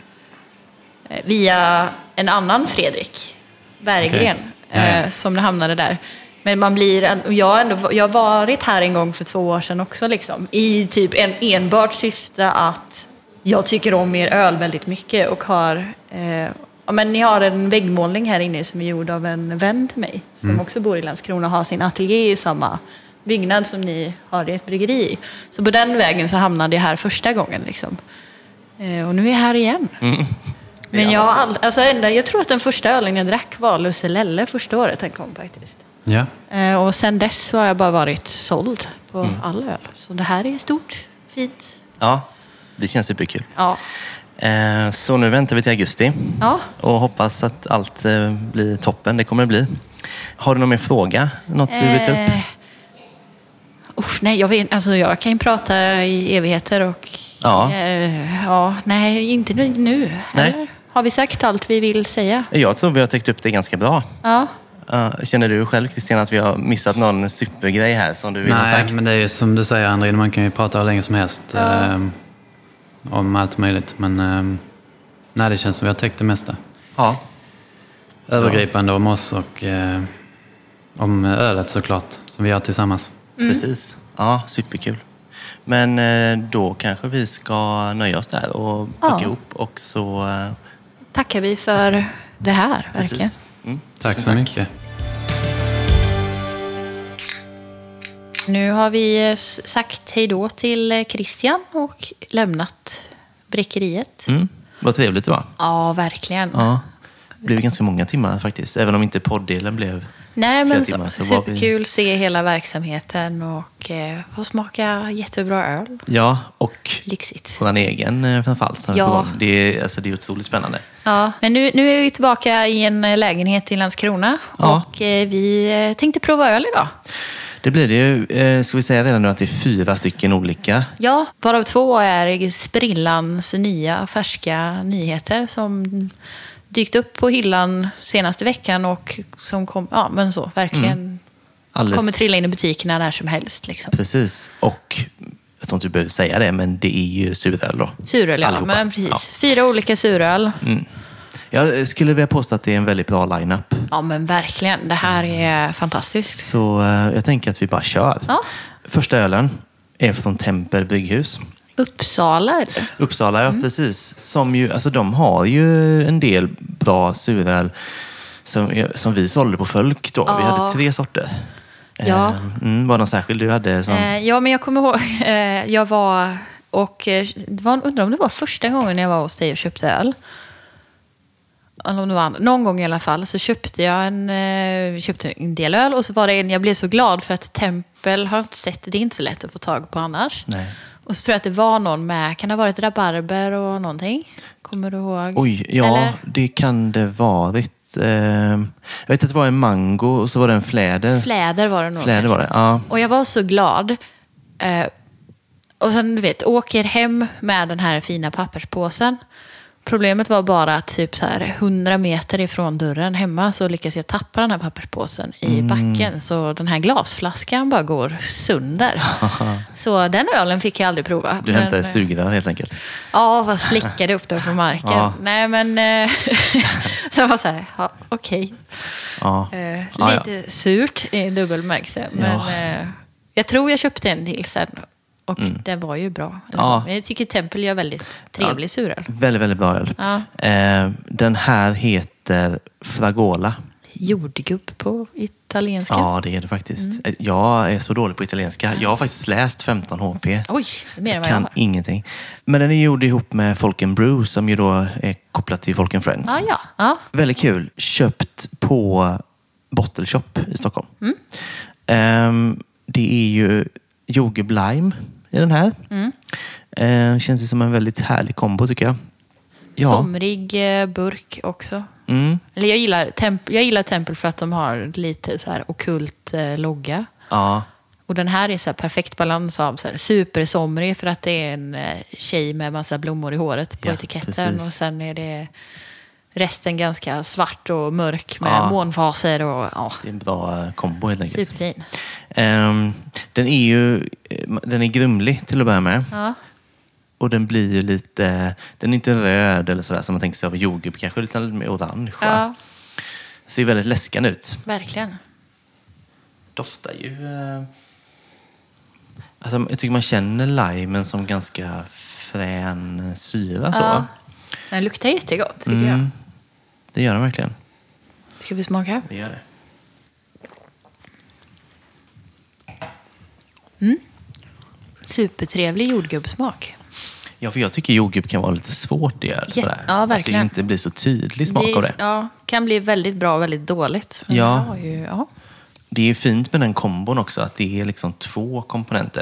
via en annan Fredrik Berggren som det hamnade där. Men man blir... Jag har varit här en gång för 2 år sedan också. Liksom, i typ enbart syfte att jag tycker om er öl väldigt mycket och har... men ni har en väggmålning här inne som är gjord av en vän till mig som också bor i Landskrona och har sin ateljé i samma byggnad som ni har i ett bryggeri. Så på den vägen så hamnade jag här första gången. Liksom. Och nu är jag här igen. Men jag tror att den första ölen jag drack var Lusselelle första året den kom faktiskt. Ja. Och sen dess så har jag bara varit såld på all öl. Så det här är stort, fint. Ja, det känns superkul. Ja. Så nu väntar vi till augusti. Ja. Och hoppas att allt blir toppen. Det kommer det bli. Har du någon mer fråga? Något du vill ta upp? Nej, jag kan ju prata i evigheter och... nej, inte nu. Nej. Har vi sagt allt vi vill säga? Jag tror vi har täckt upp det ganska bra. Ja. Känner du själv, Christian, att vi har missat någon supergrej här som du vill ha sagt? Nej, men det är ju som du säger, André, man kan ju prata hur länge som helst om allt möjligt. Men det känns som vi har täckt det mesta. Ja. Övergripande om oss och om ölet såklart, som vi gör tillsammans. Precis. Ja, superkul. Men då kanske vi ska nöja oss där och packa ihop och så... Tackar vi för det här, verkligen. Tack så mycket. Nu har vi sagt hej då till Christian och lämnat bräckeriet. Vad trevligt det var. Ja, verkligen. Ja. Det blev ganska många timmar faktiskt, även om inte podddelen blev... Nej, men superkul att se hela verksamheten och få smaka jättebra öl. Ja, och lyxigt. Vår egen framförallt. Ja. Det är otroligt spännande. Ja, men nu är vi tillbaka i en lägenhet i Landskrona och vi tänkte prova öl idag. Det blir det ju. Ska vi säga redan nu att det är 4 stycken olika? Ja, varav 2 är sprillans nya, färska nyheter som... dykt upp på hyllan senaste veckan och som verkligen kommer trilla in i butikerna när som helst. Liksom. Precis, och jag tror inte du behöver säga det, men det är ju suröl då. Suröl, ja, men precis. Ja. 4 olika suröl. Jag skulle vilja påstå att det är en väldigt bra line-up. Ja, men verkligen. Det här är fantastiskt. Så jag tänker att vi bara kör. Ja. Första ölen är från Tempel Brygghus. Uppsala, ja, precis. Som ju, alltså de har ju en del bra suröl som vi sålde på Folk då. Ja. Vi hade 3 sorter. Ja. Var det någon särskild du hade? Ja, men jag kommer ihåg, jag var, och undrar om det var första gången jag var hos dig och köpte öl. Eller om det var någon gång i alla fall, så köpte jag en del öl och så var det jag blev så glad för att Tempel har inte sett det är inte så lätt att få tag på annars. Nej. Och så tror jag att det var någon med, kan det ha varit rabarber och någonting? Kommer du ihåg? Oj, ja, eller? Det kan det varit. Jag vet att det var en mango och så var det en fläder. Fläder var det nog. Fläder var det, ja. Och jag var så glad. Och sen, du vet, åker hem med den här fina papperspåsen. Problemet var bara att typ så här 100 meter ifrån dörren hemma så lyckas jag tappa den här papperspåsen i backen. Så den här glasflaskan bara går sönder. Så den ölen fick jag aldrig prova. Du hämtade sugrör helt enkelt. Ja, och slickade upp den från marken. Ja. Nej, men så jag var så här, ja, okej. Ja. Lite surt i dubbelmärkelse. Men jag tror jag köpte en till sen. Och det var ju bra. Ja. Men jag tycker Tempel gör väldigt trevlig suröl. Väldigt, väldigt bra öl. Ja. Den här heter Fragola. jordgubb på italienska? Ja, det är det faktiskt. Jag är så dålig på italienska. Jag har faktiskt läst 15 HP. Oj, mer än vad jag kan har. Ingenting. Men den är gjord ihop med Folk & Brew som ju då är kopplat till Folk & Friends. Ja. Väldigt kul. Köpt på Bottle Shop i Stockholm. Det är ju jordgubb lime i den här. Känns det som en väldigt härlig kombo tycker jag. Ja. Somrig burk också. Eller jag gillar Tempel för att de har lite så här ockult logga. Ja. Och den här är så här perfekt balans av så här supersomrig för att det är en tjej med massa blommor i håret på etiketten. Precis. Och sen är det resten ganska svart och mörk med månfaser. Och, Det är en bra kombo helt enkelt. Superfin. Den är grumlig till att börja med. Ja. Och den blir ju lite, den är inte röd eller sådär som man tänker sig av jordgubb, kanske lite mer orange. Ja. Ser väldigt läskande ut. Verkligen. Doftar ju... Alltså, jag tycker man känner limen som ganska frän syra. Så. Ja. Den luktar jättegott tycker jag. Det gör den verkligen. Ska vi smaka? Det gör det. Supertrevlig jordgubbssmak. Ja, för jag tycker jordgubb kan vara lite svårt det gör. Sådär. Ja, verkligen. Att det inte blir så tydlig smak av det. Ja, kan bli väldigt bra och väldigt dåligt. Men Ja. det har ju, Det är ju fint med den kombon också, att det är liksom 2 komponenter.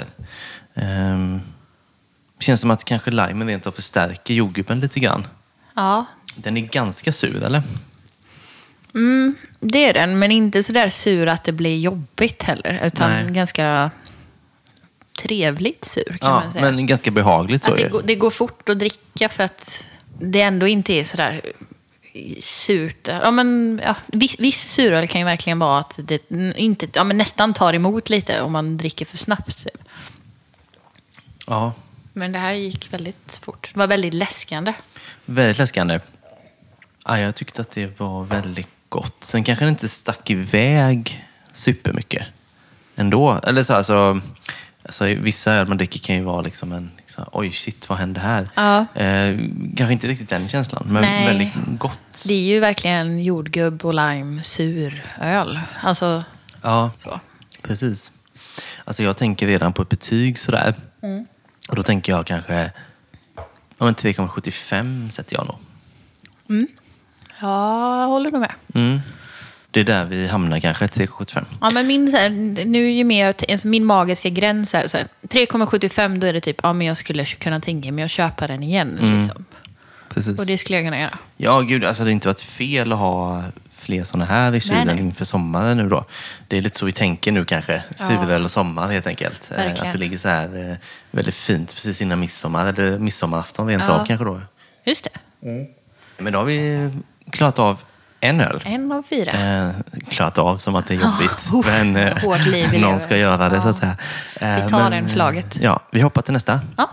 Känns som att kanske limen rent av förstärker jordgubben lite grann. Ja. Den är ganska sur, eller? Det är den, men inte så där sur att det blir jobbigt heller. Utan ganska trevligt sur kan man säga. Men ganska behagligt så. Att det går fort att dricka för att det ändå inte är så där surt. Viss suröl kan ju verkligen vara att det inte, nästan tar emot lite om man dricker för snabbt. Ja. Men det här gick väldigt fort. Det var väldigt läskande. Väldigt läskande. Ja, jag tyckte att det var väldigt gott. Sen kanske det inte stack iväg supermycket ändå. Eller så alltså vissa öl man dricker kan ju vara liksom en oj shit, vad hände här? Ja. Kanske inte riktigt den känslan, men väldigt gott. Det är ju verkligen jordgubb och lime suröl. Alltså, ja, så. Precis. Alltså jag tänker redan på ett betyg sådär. Och då tänker jag kanske 3,75 sätter jag nog. Ja, jag håller nog med. Det är där vi hamnar kanske, 3,75. Ja, men nu ju mer min magiska gräns är så här, 3,75 då är det typ, men jag skulle kunna tänka mig att köpa den igen. Liksom. Precis. Och det skulle jag kunna göra. Ja, gud, alltså det har inte varit fel att ha fler sådana här i kylen inför sommaren nu då. Det är lite så vi tänker nu kanske. Suröl och sommar helt enkelt. Att det ligger så här väldigt fint precis innan midsommar. Eller midsommarafton rent av kanske då. Just det. Men då har vi klarat av en öl. 1 av 4. Klarat av som att det är jobbigt. Men hårt liv vi någon ska göra det så att säga. Vi tar den förlaget. Ja, vi hoppar till nästa. Ja.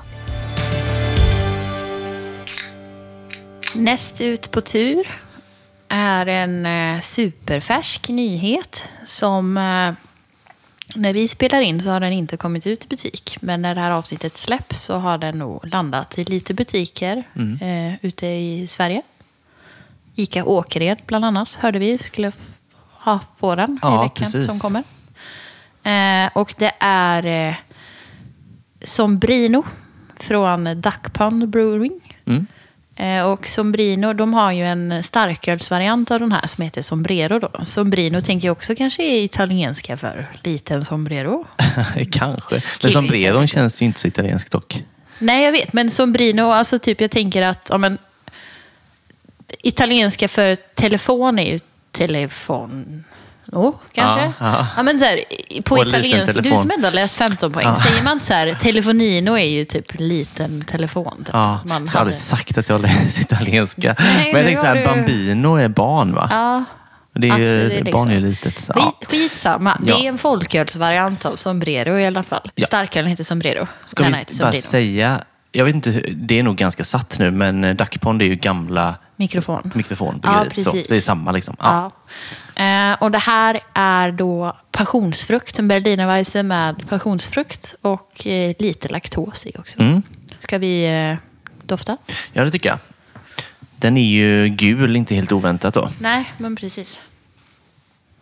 Näst ut på tur är en superfärsk nyhet som när vi spelar in så har den inte kommit ut i butik. Men när det här avsnittet släpps så har den nog landat i lite butiker ute i Sverige. Ica Åkered bland annat hörde vi skulle få den i veckan precis. Som kommer. Och det är Sombrino från Duck Pond Brewing. Och Sombrino, de har ju en starkölsvariant av den här som heter Sombrero då. Sombrino tänker jag också kanske är italienska för liten sombrero. Kanske. Men Sombreron känns ju inte så italienskt dock. Nej, jag vet. Men Sombrino, alltså typ jag tänker att italienska för telefon är ju telefon. Kanske. Ja, men så här, på italienska, du som ändå har läst 15 poäng, säger man så här, telefonino är ju typ liten telefon. Typ. Ja, jag har aldrig sagt att jag har läst italienska. Nej, men jag tänker så här, bambino är barn va? Ja. Det är ju, liksom, barn är ju litet. Så. Skitsamma, det är en folkölsvariant av sombrero i alla fall. Ja. Starkölen heter sombrero. Ska vi bara säga, jag vet inte, det är nog ganska satt nu, men Duck Pond är ju gamla mikrofon. Ja, precis. Så det är samma liksom. Ja. Och det här är då passionsfrukt, en Berlinerweisse med passionsfrukt och lite laktos i också. Ska vi dofta? Ja, det tycker jag. Den är ju gul, inte helt oväntat då. Nej, men precis.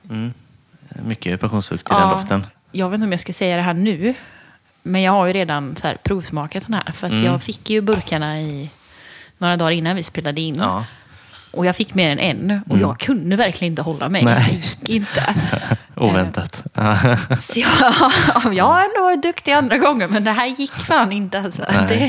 Mycket passionsfrukt i den doften. Jag vet inte om jag ska säga det här nu. Men jag har ju redan så här provsmakat den här. För att jag fick ju burkarna i några dagar innan vi spelade in. Ja. Och jag fick mer än en. Och jag kunde verkligen inte hålla mig. Nej. Det gick inte. Oväntat. Så jag har ändå varit duktig andra gånger. Men det här gick fan inte. Alltså.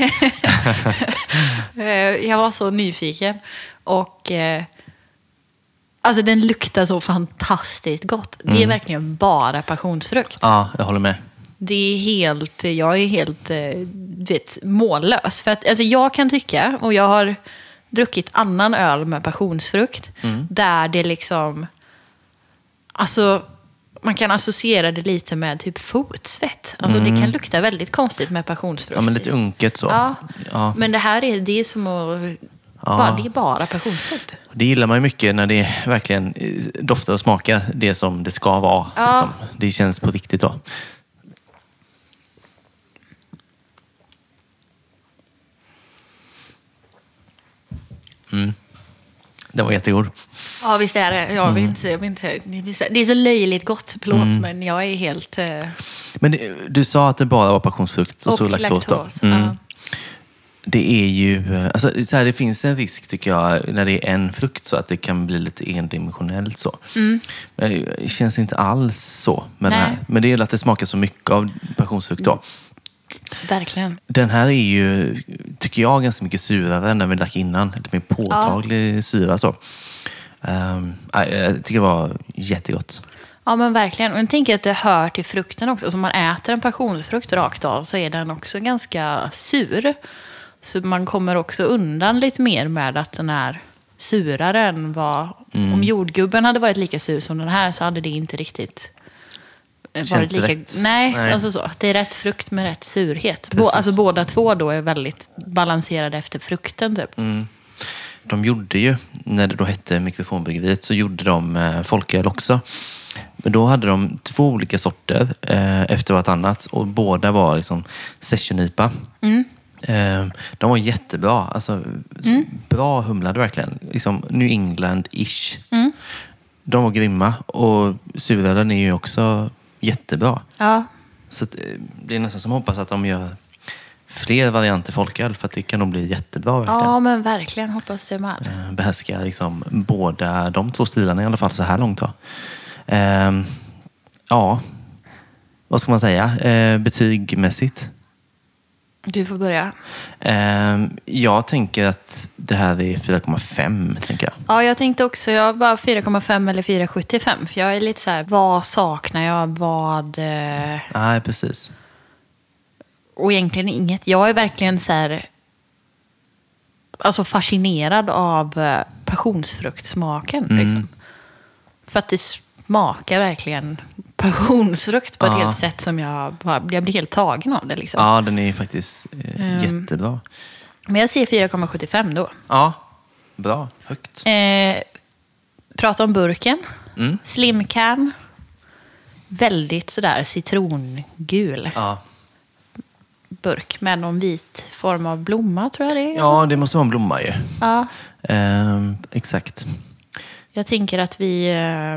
Jag var så nyfiken. Och alltså den luktar så fantastiskt gott. Det är verkligen bara passionsfrukt. Ja, jag håller med. Det är helt, jag är helt mållös. För att alltså jag kan tycka, och jag har druckit annan öl med passionsfrukt, där det liksom, alltså man kan associera det lite med typ fotsvett. Alltså det kan lukta väldigt konstigt med passionsfrukt. Ja, men lite unket så. Ja. Men det här är som att, det är bara passionsfrukt. Det gillar man ju mycket när det verkligen doftar och smakar det som det ska vara. Liksom. Det känns på riktigt då. Det var jättegod. Ja, visst är det. Jag vill inte, det är så löjligt gott, men jag är helt... Men du sa att det bara var passionsfrukt och så laktos. Det är ju... Alltså, så här, det finns en risk, tycker jag, när det är en frukt så att det kan bli lite endimensionellt så. Det känns inte alls så med den här. Men det är att det smakar så mycket av passionsfrukt då. Verkligen. Den här är ju, tycker jag, ganska mycket surare än den vi drack innan. Lite mer påtaglig syra så. Jag tycker det var jättegott. Ja, men verkligen. Och jag tänker att det hör till frukten också. Så om man äter en passionsfrukt rakt av så är den också ganska sur. Så man kommer också undan lite mer med att den är surare än vad... Om jordgubben hade varit lika sur som den här så hade det inte riktigt... varit lika... Nej, alltså så. Det är rätt frukt med rätt surhet. Alltså båda två då är väldigt balanserade efter frukten typ. De gjorde ju, när det då hette Mikrofonbryggeriet, så gjorde de folköl också. Men då hade de 2 olika sorter efter vartannat. Och båda var liksom session-IPA. De var jättebra. Alltså, bra humlade verkligen. Liksom New England-ish. De var grymma. Och surölen är ju också jättebra. Ja. Så det är nästan som hoppas att de gör fler varianter folköl, för att det kan nog bli jättebra verkligen. Ja, men verkligen hoppas det med. Behärskar liksom båda de 2 stilarna i alla fall så här långt då. Ja, vad ska man säga? Betygmässigt. Du får börja. Jag tänker att det här är 4,5, tänker jag. Ja, jag tänkte också, jag bara 4,5 eller 4,75. För jag är lite så här, vad saknar jag? Vad... Nej, precis. Och egentligen inget. Jag är verkligen så här... Alltså fascinerad av passionsfruktsmaken. Liksom. För att det smakar verkligen passionsfrukt på ett helt sätt som jag blir helt tagen av det. Liksom. Ja, den är faktiskt jättebra. Men jag ser 4,75 då. Ja, bra. Högt. Prata om burken. Slimcan. Väldigt sådär citrongul. Ja. Burk med någon vit form av blomma, tror jag det är. Ja, det måste vara en blomma ju. Ja. Exakt. Jag tänker att vi...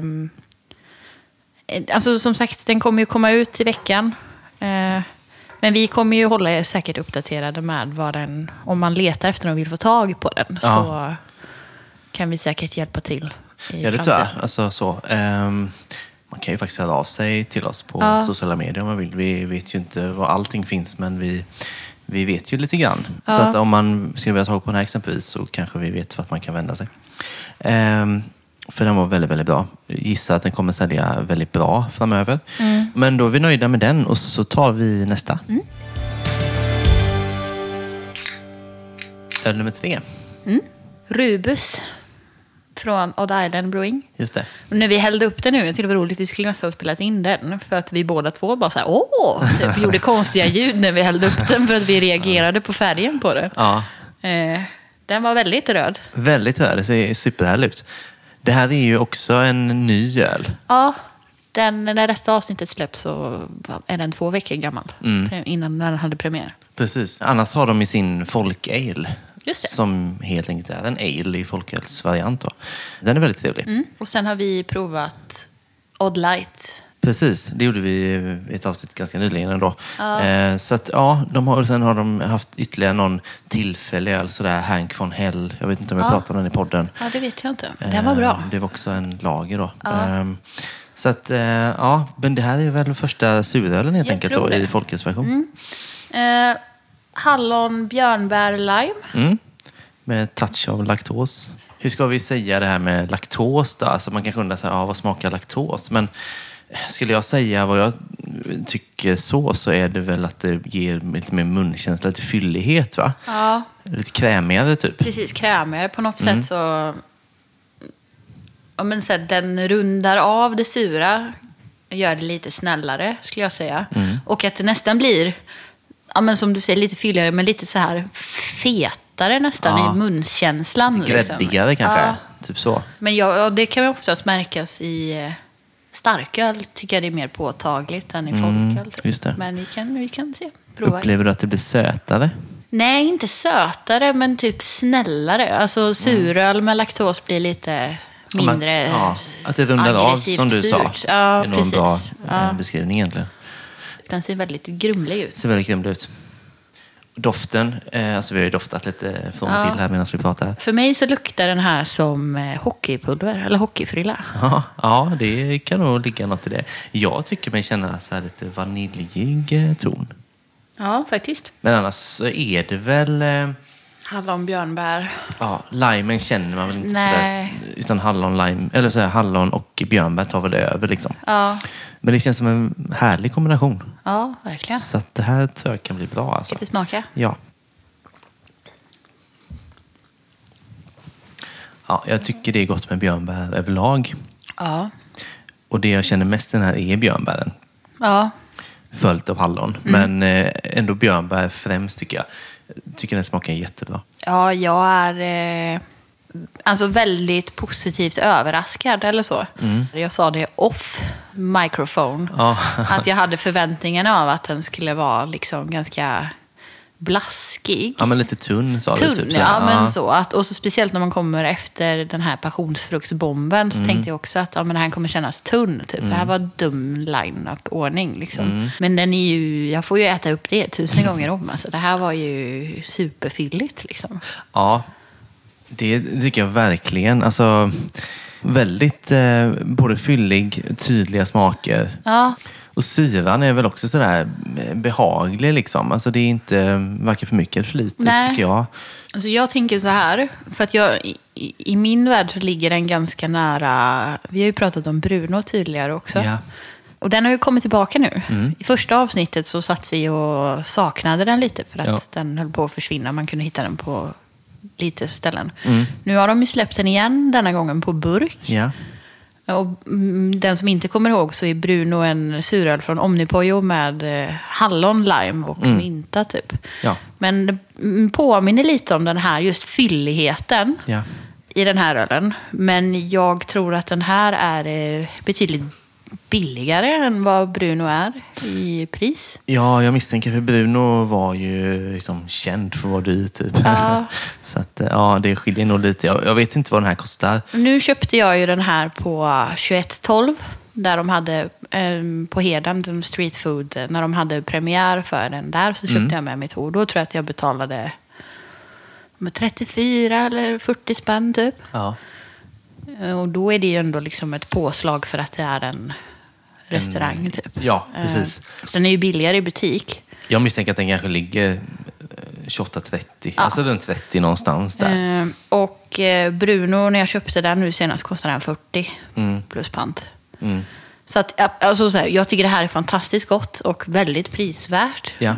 alltså som sagt, den kommer ju komma ut i veckan. Men vi kommer ju hålla er säkert uppdaterade med vad den... Om man letar efter den och vill få tag på den så kan vi säkert hjälpa till i det tror jag. Alltså, så, man kan ju faktiskt höra av sig till oss på sociala medier om man vill. Vi vet ju inte var allting finns, men vi vet ju lite grann. Så att om man skulle vilja ta tag på den här exempelvis så kanske vi vet vart man kan vända sig. För den var väldigt, väldigt bra. Gissar att den kommer sälja väldigt bra framöver. Men då är vi nöjda med den och så tar vi nästa. Öl nummer 3. Rubus från Odd Island Brewing. Just det. Och när vi hällde upp den nu, jag tyckte det var roligt, vi skulle nästan spela in den. För att vi båda två bara så här, typ, gjorde konstiga ljud när vi hällde upp den. För att vi reagerade på färgen på den. Ja. Den var väldigt röd. Väldigt röd, det ser superhärligt ut. Det här är ju också en ny öl. Ja, när detta avsnittet släpps så är den 2 veckor gammal. Innan den hade premiär. Precis. Annars har de i sin folkale. Som helt enkelt är en ale i folkölsvariant. Den är väldigt trevlig. Och sen har vi provat Odd Light. Precis, det gjorde vi i ett avsnitt ganska nyligen ändå. Ja. Så att sen har de haft ytterligare någon tillfälle, alltså där Hank von Hell. Jag vet inte om jag pratade om den i podden. Ja, det vet jag inte. Den var bra. Det var också en lager då. Ja. Så att, men det här är väl första surölen helt enkelt då, i folkölsversion. Hallon, björnbär, lime. Med touch av laktos. Hur ska vi säga det här med laktos då? Alltså man kan undra så här, vad smakar laktos? Men skulle jag säga vad jag tycker så är det väl att det ger lite mer munkänsla, lite fyllighet, va? Ja. Lite krämigare typ. Precis, krämigare på något sätt så... Ja, men så här, den rundar av det sura, gör det lite snällare skulle jag säga. Och att det nästan blir, ja, men som du säger, lite fylligare men lite så här fetare nästan i munkänslan. Gräddigare liksom. Kanske, typ så. Men det kan ju oftast märkas i starköl, tycker jag det är mer påtagligt än i folköl. Just det. Men vi kan se. Prova. Upplever du att det blir sötare? Nej, inte sötare men typ snällare. Alltså suröl med laktos blir lite... mindre att det rundar av som du sa. Ja, det är nog en bra beskrivning egentligen. Den ser väldigt grumlig ut. Ser väldigt grumlig ut. Doften, alltså vi har ju doftat lite från och till här medan vi pratar. För mig så luktar den här som hockeypulver eller hockeyfrilla. Ja, det kan nog ligga något i det. Jag tycker mig känna så här lite vaniljig ton. Ja, faktiskt. Men annars så är det väl... Hallon, björnbär. Ja, limen känner man väl inte sådär. Utan hallon, lime, eller så här, hallon och björnbär tar väl över liksom. Ja. Men det känns som en härlig kombination. Ja, verkligen. Så att det här tror jag kan bli bra alltså. Ska vi smaka? Ja. Ja, jag tycker det är gott med björnbär överlag. Ja. Och det jag känner mest den här är björnbären. Ja. Följt av hallon. Men ändå björnbär främst tycker jag. Tycker den smakar jättebra. Ja, jag är alltså väldigt positivt överraskad eller så. Jag sa det off microphone. Ja. Att jag hade förväntningarna av att den skulle vara liksom ganska blaskig. Ja, men lite tunn sa du typ. Ja, men så. Och så speciellt när man kommer efter den här passionsfruktsbomben så tänkte jag också att det här kommer kännas tunn. Typ. Det här var dum line-up-ordning. Liksom. Men den är ju, jag får ju äta upp det 1000 gånger om. Alltså, det här var ju superfylligt. Liksom. Ja, det tycker jag verkligen. Alltså, väldigt både fyllig, tydliga smaker. Ja. Och syran är väl också sådär behaglig liksom. Alltså det är inte varken för mycket eller för lite. Nej. Tycker jag. Alltså jag tänker så här. För att i min värld så ligger den ganska nära. Vi har ju pratat om Bruno tidigare också. Ja. Och den har ju kommit tillbaka nu. I första avsnittet så satt vi och saknade den lite. För att den höll på att försvinna. Man kunde hitta den på lite ställen. Nu har de ju släppt den igen denna gången på burk. Ja. Och den som inte kommer ihåg så är Bruno en suröl från Omnipojo med hallon, lime och mynta typ. Ja. Men det påminner lite om den här just fylligheten i den här ölen. Men jag tror att den här är betydligt billigare än vad Bruno är i pris. Ja, jag misstänker för Bruno var ju liksom känd för att vara dyr typ. Ja. Så att det skiljer nog lite. Jag vet inte vad den här kostar. Nu köpte jag ju den här på 2112 där de hade på Heden, Street Food, när de hade premiär för den där så köpte jag med mitt ord. Då tror jag att jag betalade 34 eller 40 spänn typ. Ja. Och då är det ju ändå liksom ett påslag för att det är en restaurang typ. Ja, precis. Så den är ju billigare i butik. Jag misstänker att den kanske ligger 28-30. Alltså runt 30 någonstans där. Och Bruno, när jag köpte den nu senast, kostade den 40 plus pant. Så att, alltså, så här, jag tycker det här är fantastiskt gott och väldigt prisvärt. Ja.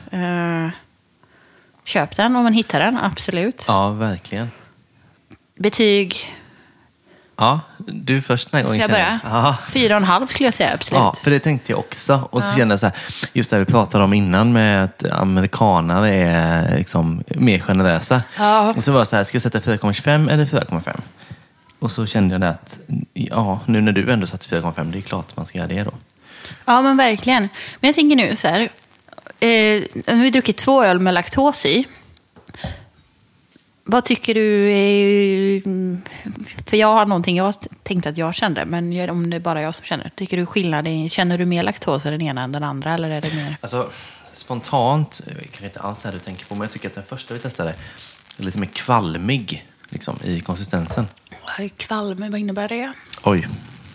Köp den om man hittar den, absolut. Ja, verkligen. Betyg... Ja, du först den här gången. Ska jag börja? 4,5 skulle jag säga, absolut. Ja, för det tänkte jag också. Och så kände jag så här, just det vi pratade om innan med att amerikanare är liksom mer generösa. Ja. Och så var det så här, ska jag sätta 4,25 eller 4,5? Och så kände jag det att, nu när du ändå satt 4,5, det är klart man ska göra det då. Ja, men verkligen. Men jag tänker nu så här, nu har vi druckit 2 öl med laktos i. Vad tycker du är... För jag har någonting jag tänkte att jag kände, men om det är bara jag som känner. Tycker du skillnad? Känner du mer laktos i den ena än den andra? Eller är det mer... Alltså, spontant, jag kan inte alls säga det du tänker på, men jag tycker att den första vi testade är lite mer kvalmig liksom, i konsistensen. Kvalmig, vad innebär det? Oj.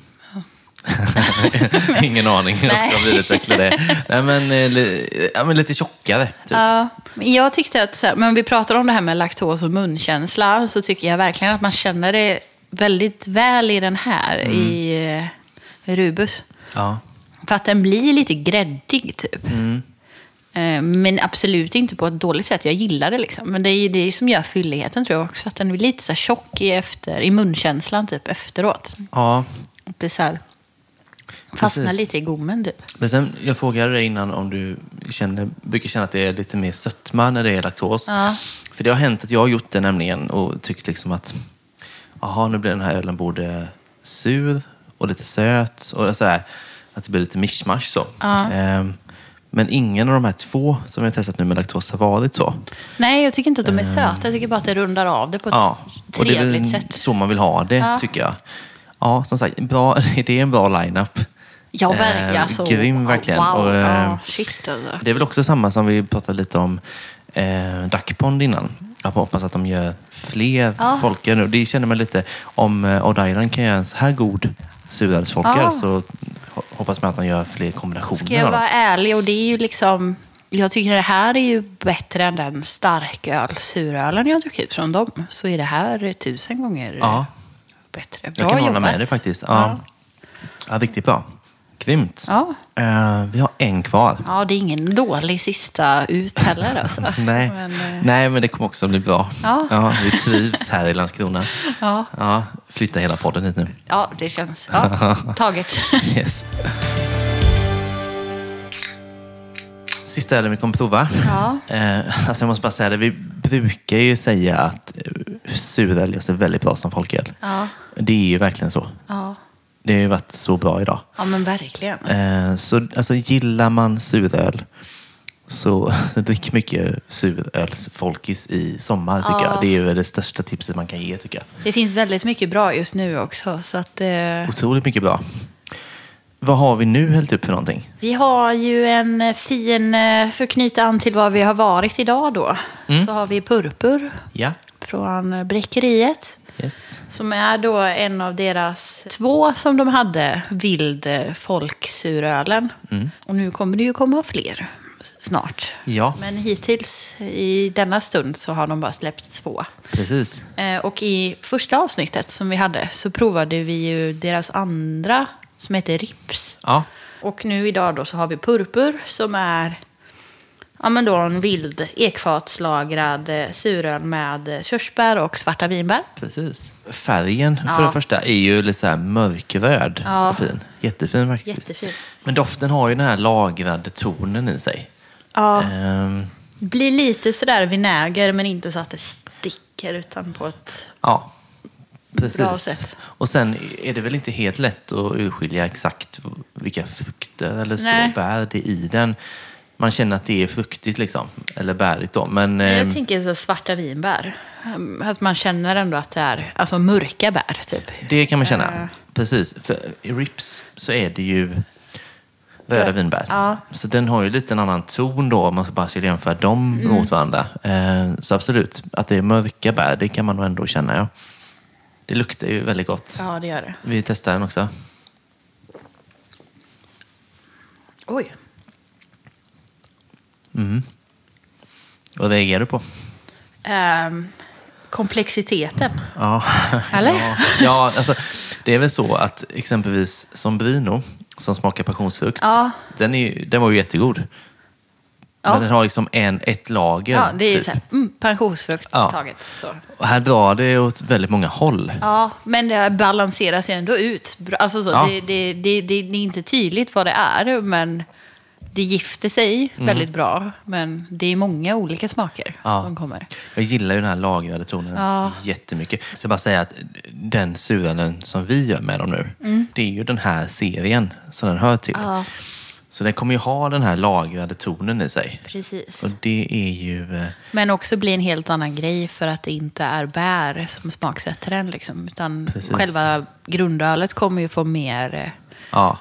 Ingen aning, jag ska vidareutveckla det. Nej, men lite tjockare. Typ. Ja, jag tyckte att, men om vi pratar om det här med laktos och munkänsla, så tycker jag verkligen att man känner det väldigt väl i den här, i Rubus. Ja. För att den blir lite gräddig typ. Men absolut inte på ett dåligt sätt. Jag gillar det liksom. Men det är det som gör fylligheten, tror jag också. Att den blir lite så tjock i munkänslan typ efteråt. Ja. Det är så här, fastnar lite i gommen typ. Men sen, jag frågade dig innan om du brukar känna att det är lite mer sötma när det är laktos. Ja. För det har hänt att jag har gjort det nämligen och tyckt liksom att nu blir den här ölen både sur och lite söt och sådär. Att det blir lite mishmash så. Ja. Men ingen av de här två som jag har testat nu med laktos har varit så. Nej, jag tycker inte att de är söta. Jag tycker bara att det rundar av det på ett trevligt sätt. Det är så man vill ha det, tycker jag. Ja, som sagt, det är en bra line-up. Ja, verkligen. Grym, verkligen. Wow. Shit, alltså. Det är väl också samma som vi pratade lite om Duck Pond innan. Jag hoppas att de gör fler folker nu. Det känner man lite, om Odd Island kan göra en så här god surölsfolker, så hoppas man att de gör fler kombinationer. Ska jag vara ärlig, och det är ju liksom... Jag tycker det här är ju bättre än den starköl-surölen jag druckit från dem. Så är det här 1000 gånger bättre. Bra jag kan hålla jobbat. med dig faktiskt. Ja, riktigt bra. Grymt. Ja. Vi har en kvar. Ja, det är ingen dålig sista ut heller. Alltså. Nej, men det kommer också bli bra. Ja. Vi trivs här i Landskrona. Ja. Flytta hela podden hit nu. Ja, det känns taget. Yes. Sista ölen vi kommer prova. Ja. Alltså jag måste bara säga det. Vi brukar ju säga att suröl gör sig väldigt bra som folköl. Ja. Det är ju verkligen så. Ja. Det har ju varit så bra idag. Ja, men verkligen. Så alltså, gillar man suröl så drick mycket surölsfolkis i sommar, tycker jag. Det är ju det största tipset man kan ge, tycker jag. Det finns väldigt mycket bra just nu också. Så att, otroligt mycket bra. Vad har vi nu helt upp för någonting? Vi har ju en fin, för att knyta an till vad vi har varit idag då. Så har vi Purpur från Bräckeriet. Yes. Som är då en av deras 2 som de hade, vild folksurölen. Och nu kommer det ju komma fler snart. Ja. Men hittills i denna stund så har de bara släppt 2. Precis. Och i första avsnittet som vi hade så provade vi ju deras andra som heter Rips. Ja. Och nu idag då så har vi Purpur som är då en vild ekfatslagrad suröl med körsbär och svarta vinbär. Precis. Färgen för det första är ju lite så här mörkröd och fin. Jättefin faktiskt. Jättefin. Men doften har ju den här lagrade tonen i sig. Ja. Blir lite sådär vinäger, men inte så att det sticker, utan på ett bra sätt. Och sen är det väl inte helt lätt att urskilja exakt vilka frukter eller så bär det i den. Man känner att det är fruktigt liksom, eller bärigt då. Men jag tänker så svarta vinbär. Att man känner ändå att det är alltså mörka bär typ. Det kan man känna. Precis. För i Rips så är det ju röda vinbär. Ja. Så den har ju lite en annan ton då, om man bara ska jämföra dem mot varandra. Så absolut, att det är mörka bär, det kan man nog ändå känna. Ja. Det luktar ju väldigt gott. Ja, det gör det. Vi testar den också. Oj. Vad reagerar du på? Komplexiteten. Ja. Eller? Ja, alltså det är väl så att exempelvis som Brino, som smakar passionsfrukt, den var ju jättegod. Men den har liksom ett lager. Ja, det är typ så här, passionsfrukt taget. Så. Och här drar det åt väldigt många håll. Ja, men det balanseras ändå ut. Alltså så, det är inte tydligt vad det är, men det gifter sig väldigt bra. Men det är många olika smaker som kommer. Jag gillar ju den här lagrade tonen jättemycket. Så jag bara säga att den surölen som vi gör med dem nu, det är ju den här serien som den hör till. Ja. Så den kommer ju ha den här lagrade tonen i sig. Precis. Och det är ju... Men också blir en helt annan grej för att det inte är bär som smaksätter den. Liksom, utan själva grundölet kommer ju få mer... Ja.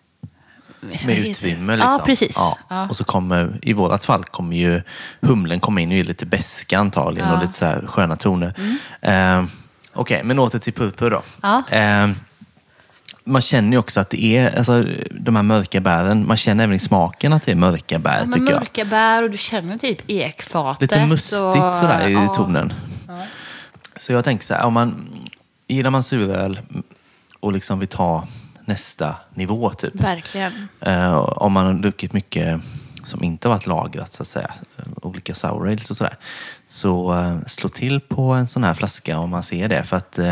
Med utrymme liksom. Ja, precis. Ja. Och så kommer, i vårat fall, kommer ju humlen komma in och ge lite beska antagligen och lite så här sköna toner. Okej, men åter till purpur då. Ja. Man känner ju också att det är, alltså, de här mörka bären, man känner även i smaken att det är mörka bär, tycker jag. Mörka bär och du känner typ ekfatet. Lite mustigt sådär i tonen. Ja. Så jag tänker så här, gillar man suröl och liksom vill ta nästa nivå typ. Verkligen. Om man har druckit mycket som inte har varit lagrat så att säga, olika sour ales och sådär, så slå till på en sån här flaska om man ser det, för att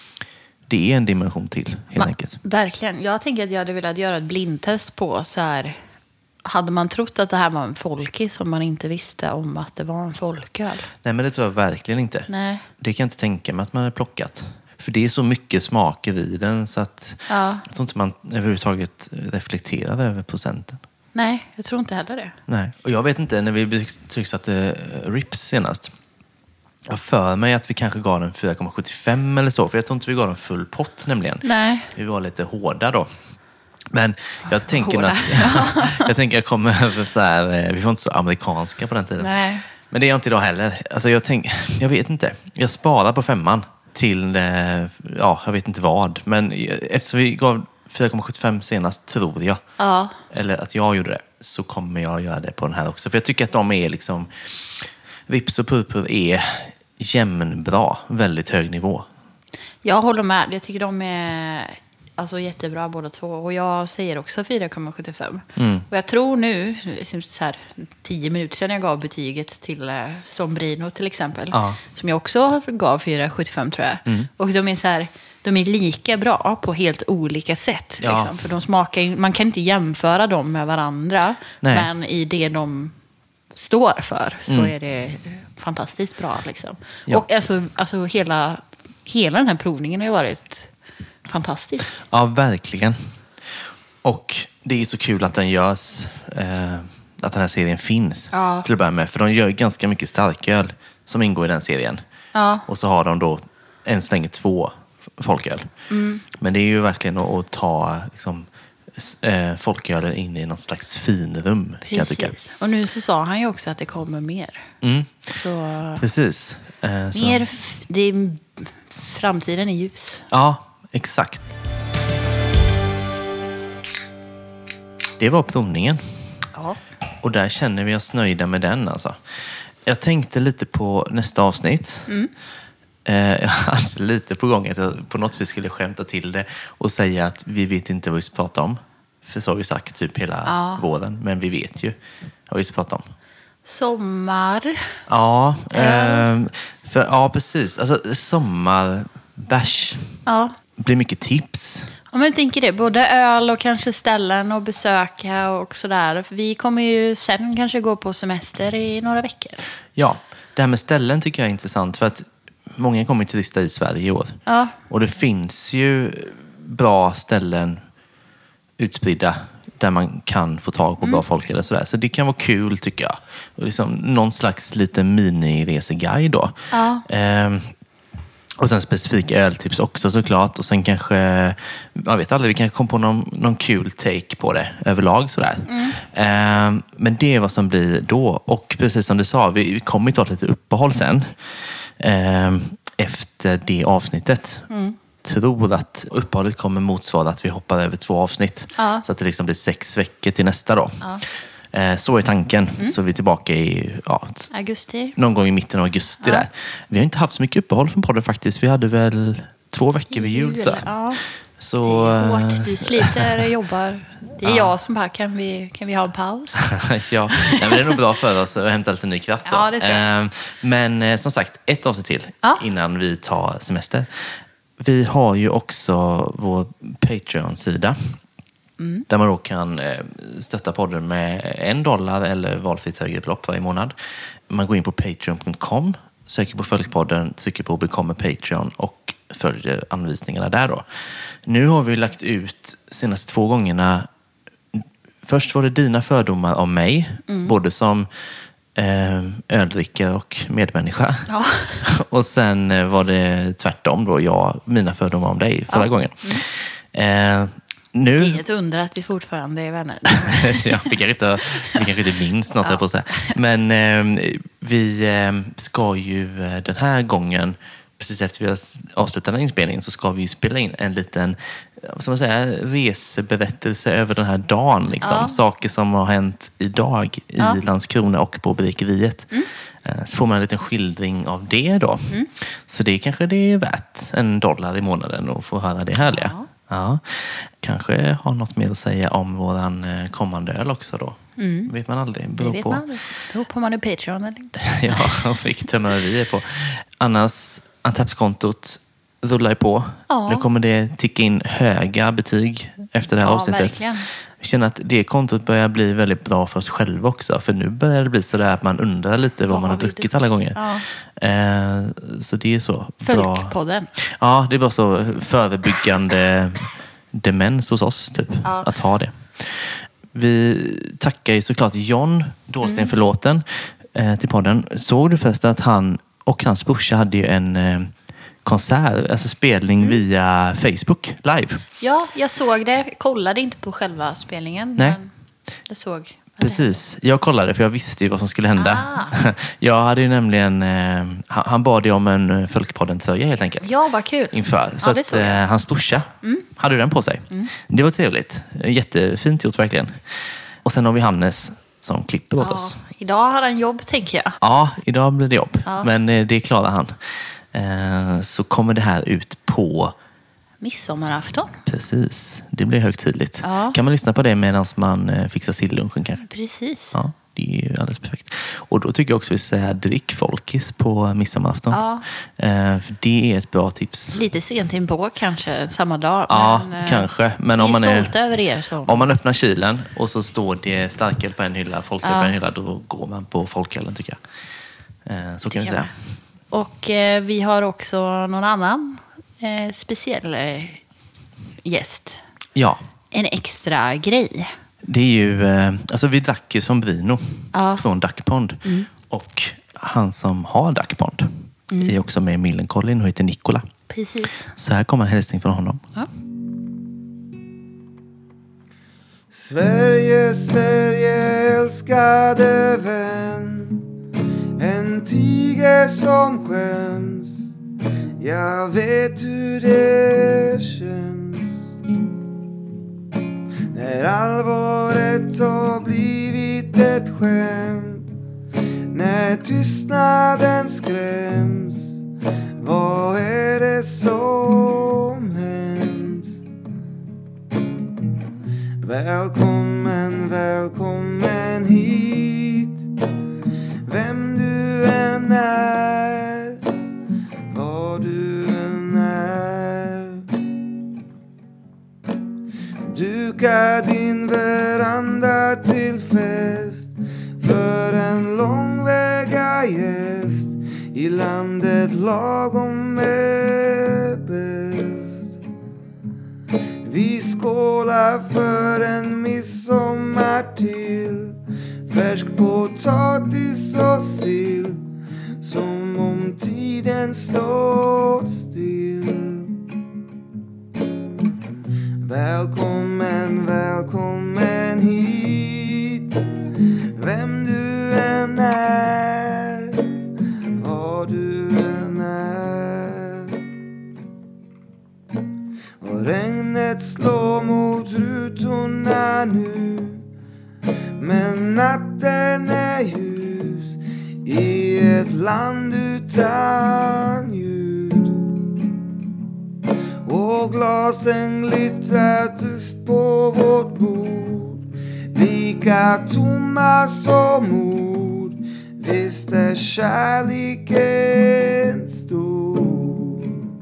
det är en dimension till, helt enkelt. Verkligen. Jag tänker att jag hade velat göra ett blindtest på så här. Hade man trott att det här var en folkis om man inte visste om att det var en folköl? Nej, men det tror jag verkligen inte. Nej. Det kan jag inte tänka mig att man hade plockat. För det är så mycket smaker i den så att jag tror inte man överhuvudtaget reflekterar över procenten. Nej, jag tror inte heller det. Nej. Och jag vet inte, när vi betygsatte Rips senast, jag för mig att vi kanske gav den 4,75 eller så. För jag tror inte vi gav den full pott nämligen. Nej. Vi var lite hårda då. Men jag tänker att jag kommer över så här, vi var inte så amerikanska på den tiden. Nej. Men det är jag inte idag heller. Alltså jag vet inte. Jag sparar på 5:an till, jag vet inte vad. Men eftersom vi gav 4,75 senast, tror jag. Ja. Eller att jag gjorde det, så kommer jag göra det på den här också. För jag tycker att de är liksom, Rips och purpur är jämnbra, väldigt hög nivå. Jag håller med. Jag tycker de är alltså jättebra båda två. Och jag säger också 4,75. Och jag tror nu, så här, 10 minuter sedan jag gav betyget till Sombrino till exempel. Som jag också gav 4,75 tror jag. Och de är så här, de är lika bra på helt olika sätt. Liksom. För de smakar, man kan inte jämföra dem med varandra. Nej. Men i det de står för så är det fantastiskt bra. Liksom. Ja. Och alltså hela den här provningen har ju varit fantastisk. Ja, verkligen. Och det är så kul att den görs, att den här serien finns till att börja med. För de gör ganska mycket starköl som ingår i den serien. Ja. Och så har de då än så länge 2 folköl. Men det är ju verkligen att ta liksom, folkölen in i någon slags finrum. Kan jag tycka. Och nu så sa han ju också att det kommer mer. Så, precis. Mer, framtiden är ljus. Ja, exakt. Det var provningen. Ja. Och där känner vi oss nöjda med den alltså. Jag tänkte lite på nästa avsnitt. Jag hade lite på gång att jag på något vis skulle skämta till det och säga att vi vet inte vad vi ska prata om. För så har vi sagt typ hela våren. Men vi vet ju vad vi ska prata om. Sommar. Ja, precis. Alltså sommarbärs. Ja. Blir mycket tips. Om jag tänker det, både öl och kanske ställen och besöka och sådär. För vi kommer ju sen kanske gå på semester i några veckor. Ja, det här med ställen tycker jag är intressant för att många kommer till turista i Sverige i år. Ja. Och det finns ju bra ställen utspridda där man kan få tag på bra folk eller sådär. Så det kan vara kul tycker jag. Och liksom någon slags liten minireseguide då. Ja. Och sen specifika öltips också såklart. Och sen kanske, jag vet aldrig, vi kan komma på någon kul take på det överlag sådär. Men det är vad som blir då. Och precis som du sa, vi kommer ta ett lite uppehåll sen. Efter det avsnittet. Tror att uppehållet kommer motsvara att vi hoppar över 2 avsnitt. Ja. Så att det liksom blir 6 veckor till nästa då. Ja. Så är tanken. Så vi är tillbaka i augusti. Någon gång i mitten av augusti där. Vi har inte haft så mycket uppehåll från podden faktiskt. Vi hade väl 2 veckor vid jul. Så, det är hårt. Du sliter och jobbar. Det är jag som bara, kan vi ha en paus? Ja, men det är nog bra för oss att hämta lite ny kraft. Så. Ja, det tror jag. Men som sagt, 1 avsnitt till innan vi tar semester. Vi har ju också vår Patreon-sida. Där man då kan stötta podden med $1 eller valfritt högre belopp varje månad. Man går in på patreon.com, söker på Följpodden, trycker på Become a Patreon och följer anvisningarna där då. Nu har vi lagt ut senaste 2 gångerna först var det dina fördomar om mig, både som öldrickare och medmänniska. Ja. Och sen var det tvärtom då, mina fördomar om dig förra gången. Nu... Det är ett under att vi fortfarande är vänner. Ja, vi kanske inte minns något här på sig. Men vi ska ju den här gången, precis efter vi har avslutat den här inspelningen, så ska vi spela in en liten, vad ska man säga, reseberättelse över den här dagen. Liksom. Ja. Saker som har hänt idag i Landskrona och på Brekeriet. Så får man en liten skildring av det då. Så det kanske det är värt $1 i månaden att få höra det härliga. Ja. Kanske har något mer att säga om våran kommande öl också då. Vet man aldrig. Det vet man aldrig. Beror på om man är Patreon eller inte. Ja, vilket tömmare vi är på. Annars, Untapped-kontot rullar ju på. Ja. Nu kommer det ticka in höga betyg efter det här avsnittet. Verkligen. Jag känner att det kontot börjar bli väldigt bra för oss själva också. För nu börjar det bli så där att man undrar lite vad man har druckit alla gånger. Ja. Så det är så bra. Folkpodden. Ja, det är bara så förebyggande demens hos oss typ. Ja. Att ha det. Vi tackar ju såklart John Dålsten för låten till podden. Såg du först att han och hans brorsa hade ju en konsert, alltså spelning via Facebook live? Ja, jag såg det. Kollade inte på själva spelningen. Nej. Men det såg. Precis. Jag kollade för jag visste ju vad som skulle hända. Jag hade ju nämligen... han bad ju om en Folkpodden-tröja helt enkelt. Ja, vad kul. Inför. Så att hans brorsa hade den på sig. Det var trevligt. Jättefint gjort verkligen. Och sen har vi Hannes som klipper åt oss. Idag har han jobb, tänker jag. Ja, idag blir det jobb. Ja. Men det klarar han. Så kommer det här ut på... midsommarafton. Precis, det blir högtidligt. Ja. Kan man lyssna på det medan man fixar sillunchen kanske? Precis. Ja, det är ju alldeles perfekt. Och då tycker jag också vi säger drick folkis på midsommarafton. Ja. För det är ett bra tips. Lite sent in på kanske samma dag. Ja, men, kanske. Men om man är stolta över er. Så. Om man öppnar kylen och så står det starköl på en hylla, folköl på en hylla, då går man på folkölen tycker jag. Så kan vi säga. Och vi har också någon annan speciell gäst. Ja. En extra grej. Det är ju, alltså vi drack ju som Brino från Duckpond. Och han som har Duckpond är också med i Millencolin och heter Nikola. Precis. Så här kommer en hälsning från honom. Ja. Sverige, Sverige älskade vän, en tiger som skäms. Jag vet hur det känns när allvaret har blivit ett skämt, när tystnaden skräms. Vad är det som hänt? Välkommen, välkommen hit, vem du än är, vad du än är. Duka din veranda till fest för en långväga gäst. I landet lagom är bäst. Vi skålar för en midsommar till, färsk potatis och sill, som om tiden stått still. Välkommen, välkommen hit, vem du än är, vad du än är. Och regnet slår mot rutorna nu, men natten är ljus i ett land utan ljud. Och glasen glittrar tyst på vårt bord, lika tomma som ord. Visst är kärleken stor.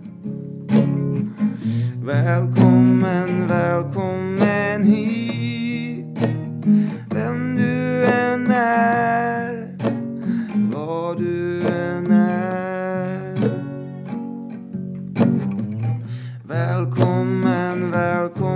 Välkommen, välkommen hit, vem du än är, vad du än är. Välkommen, välkommen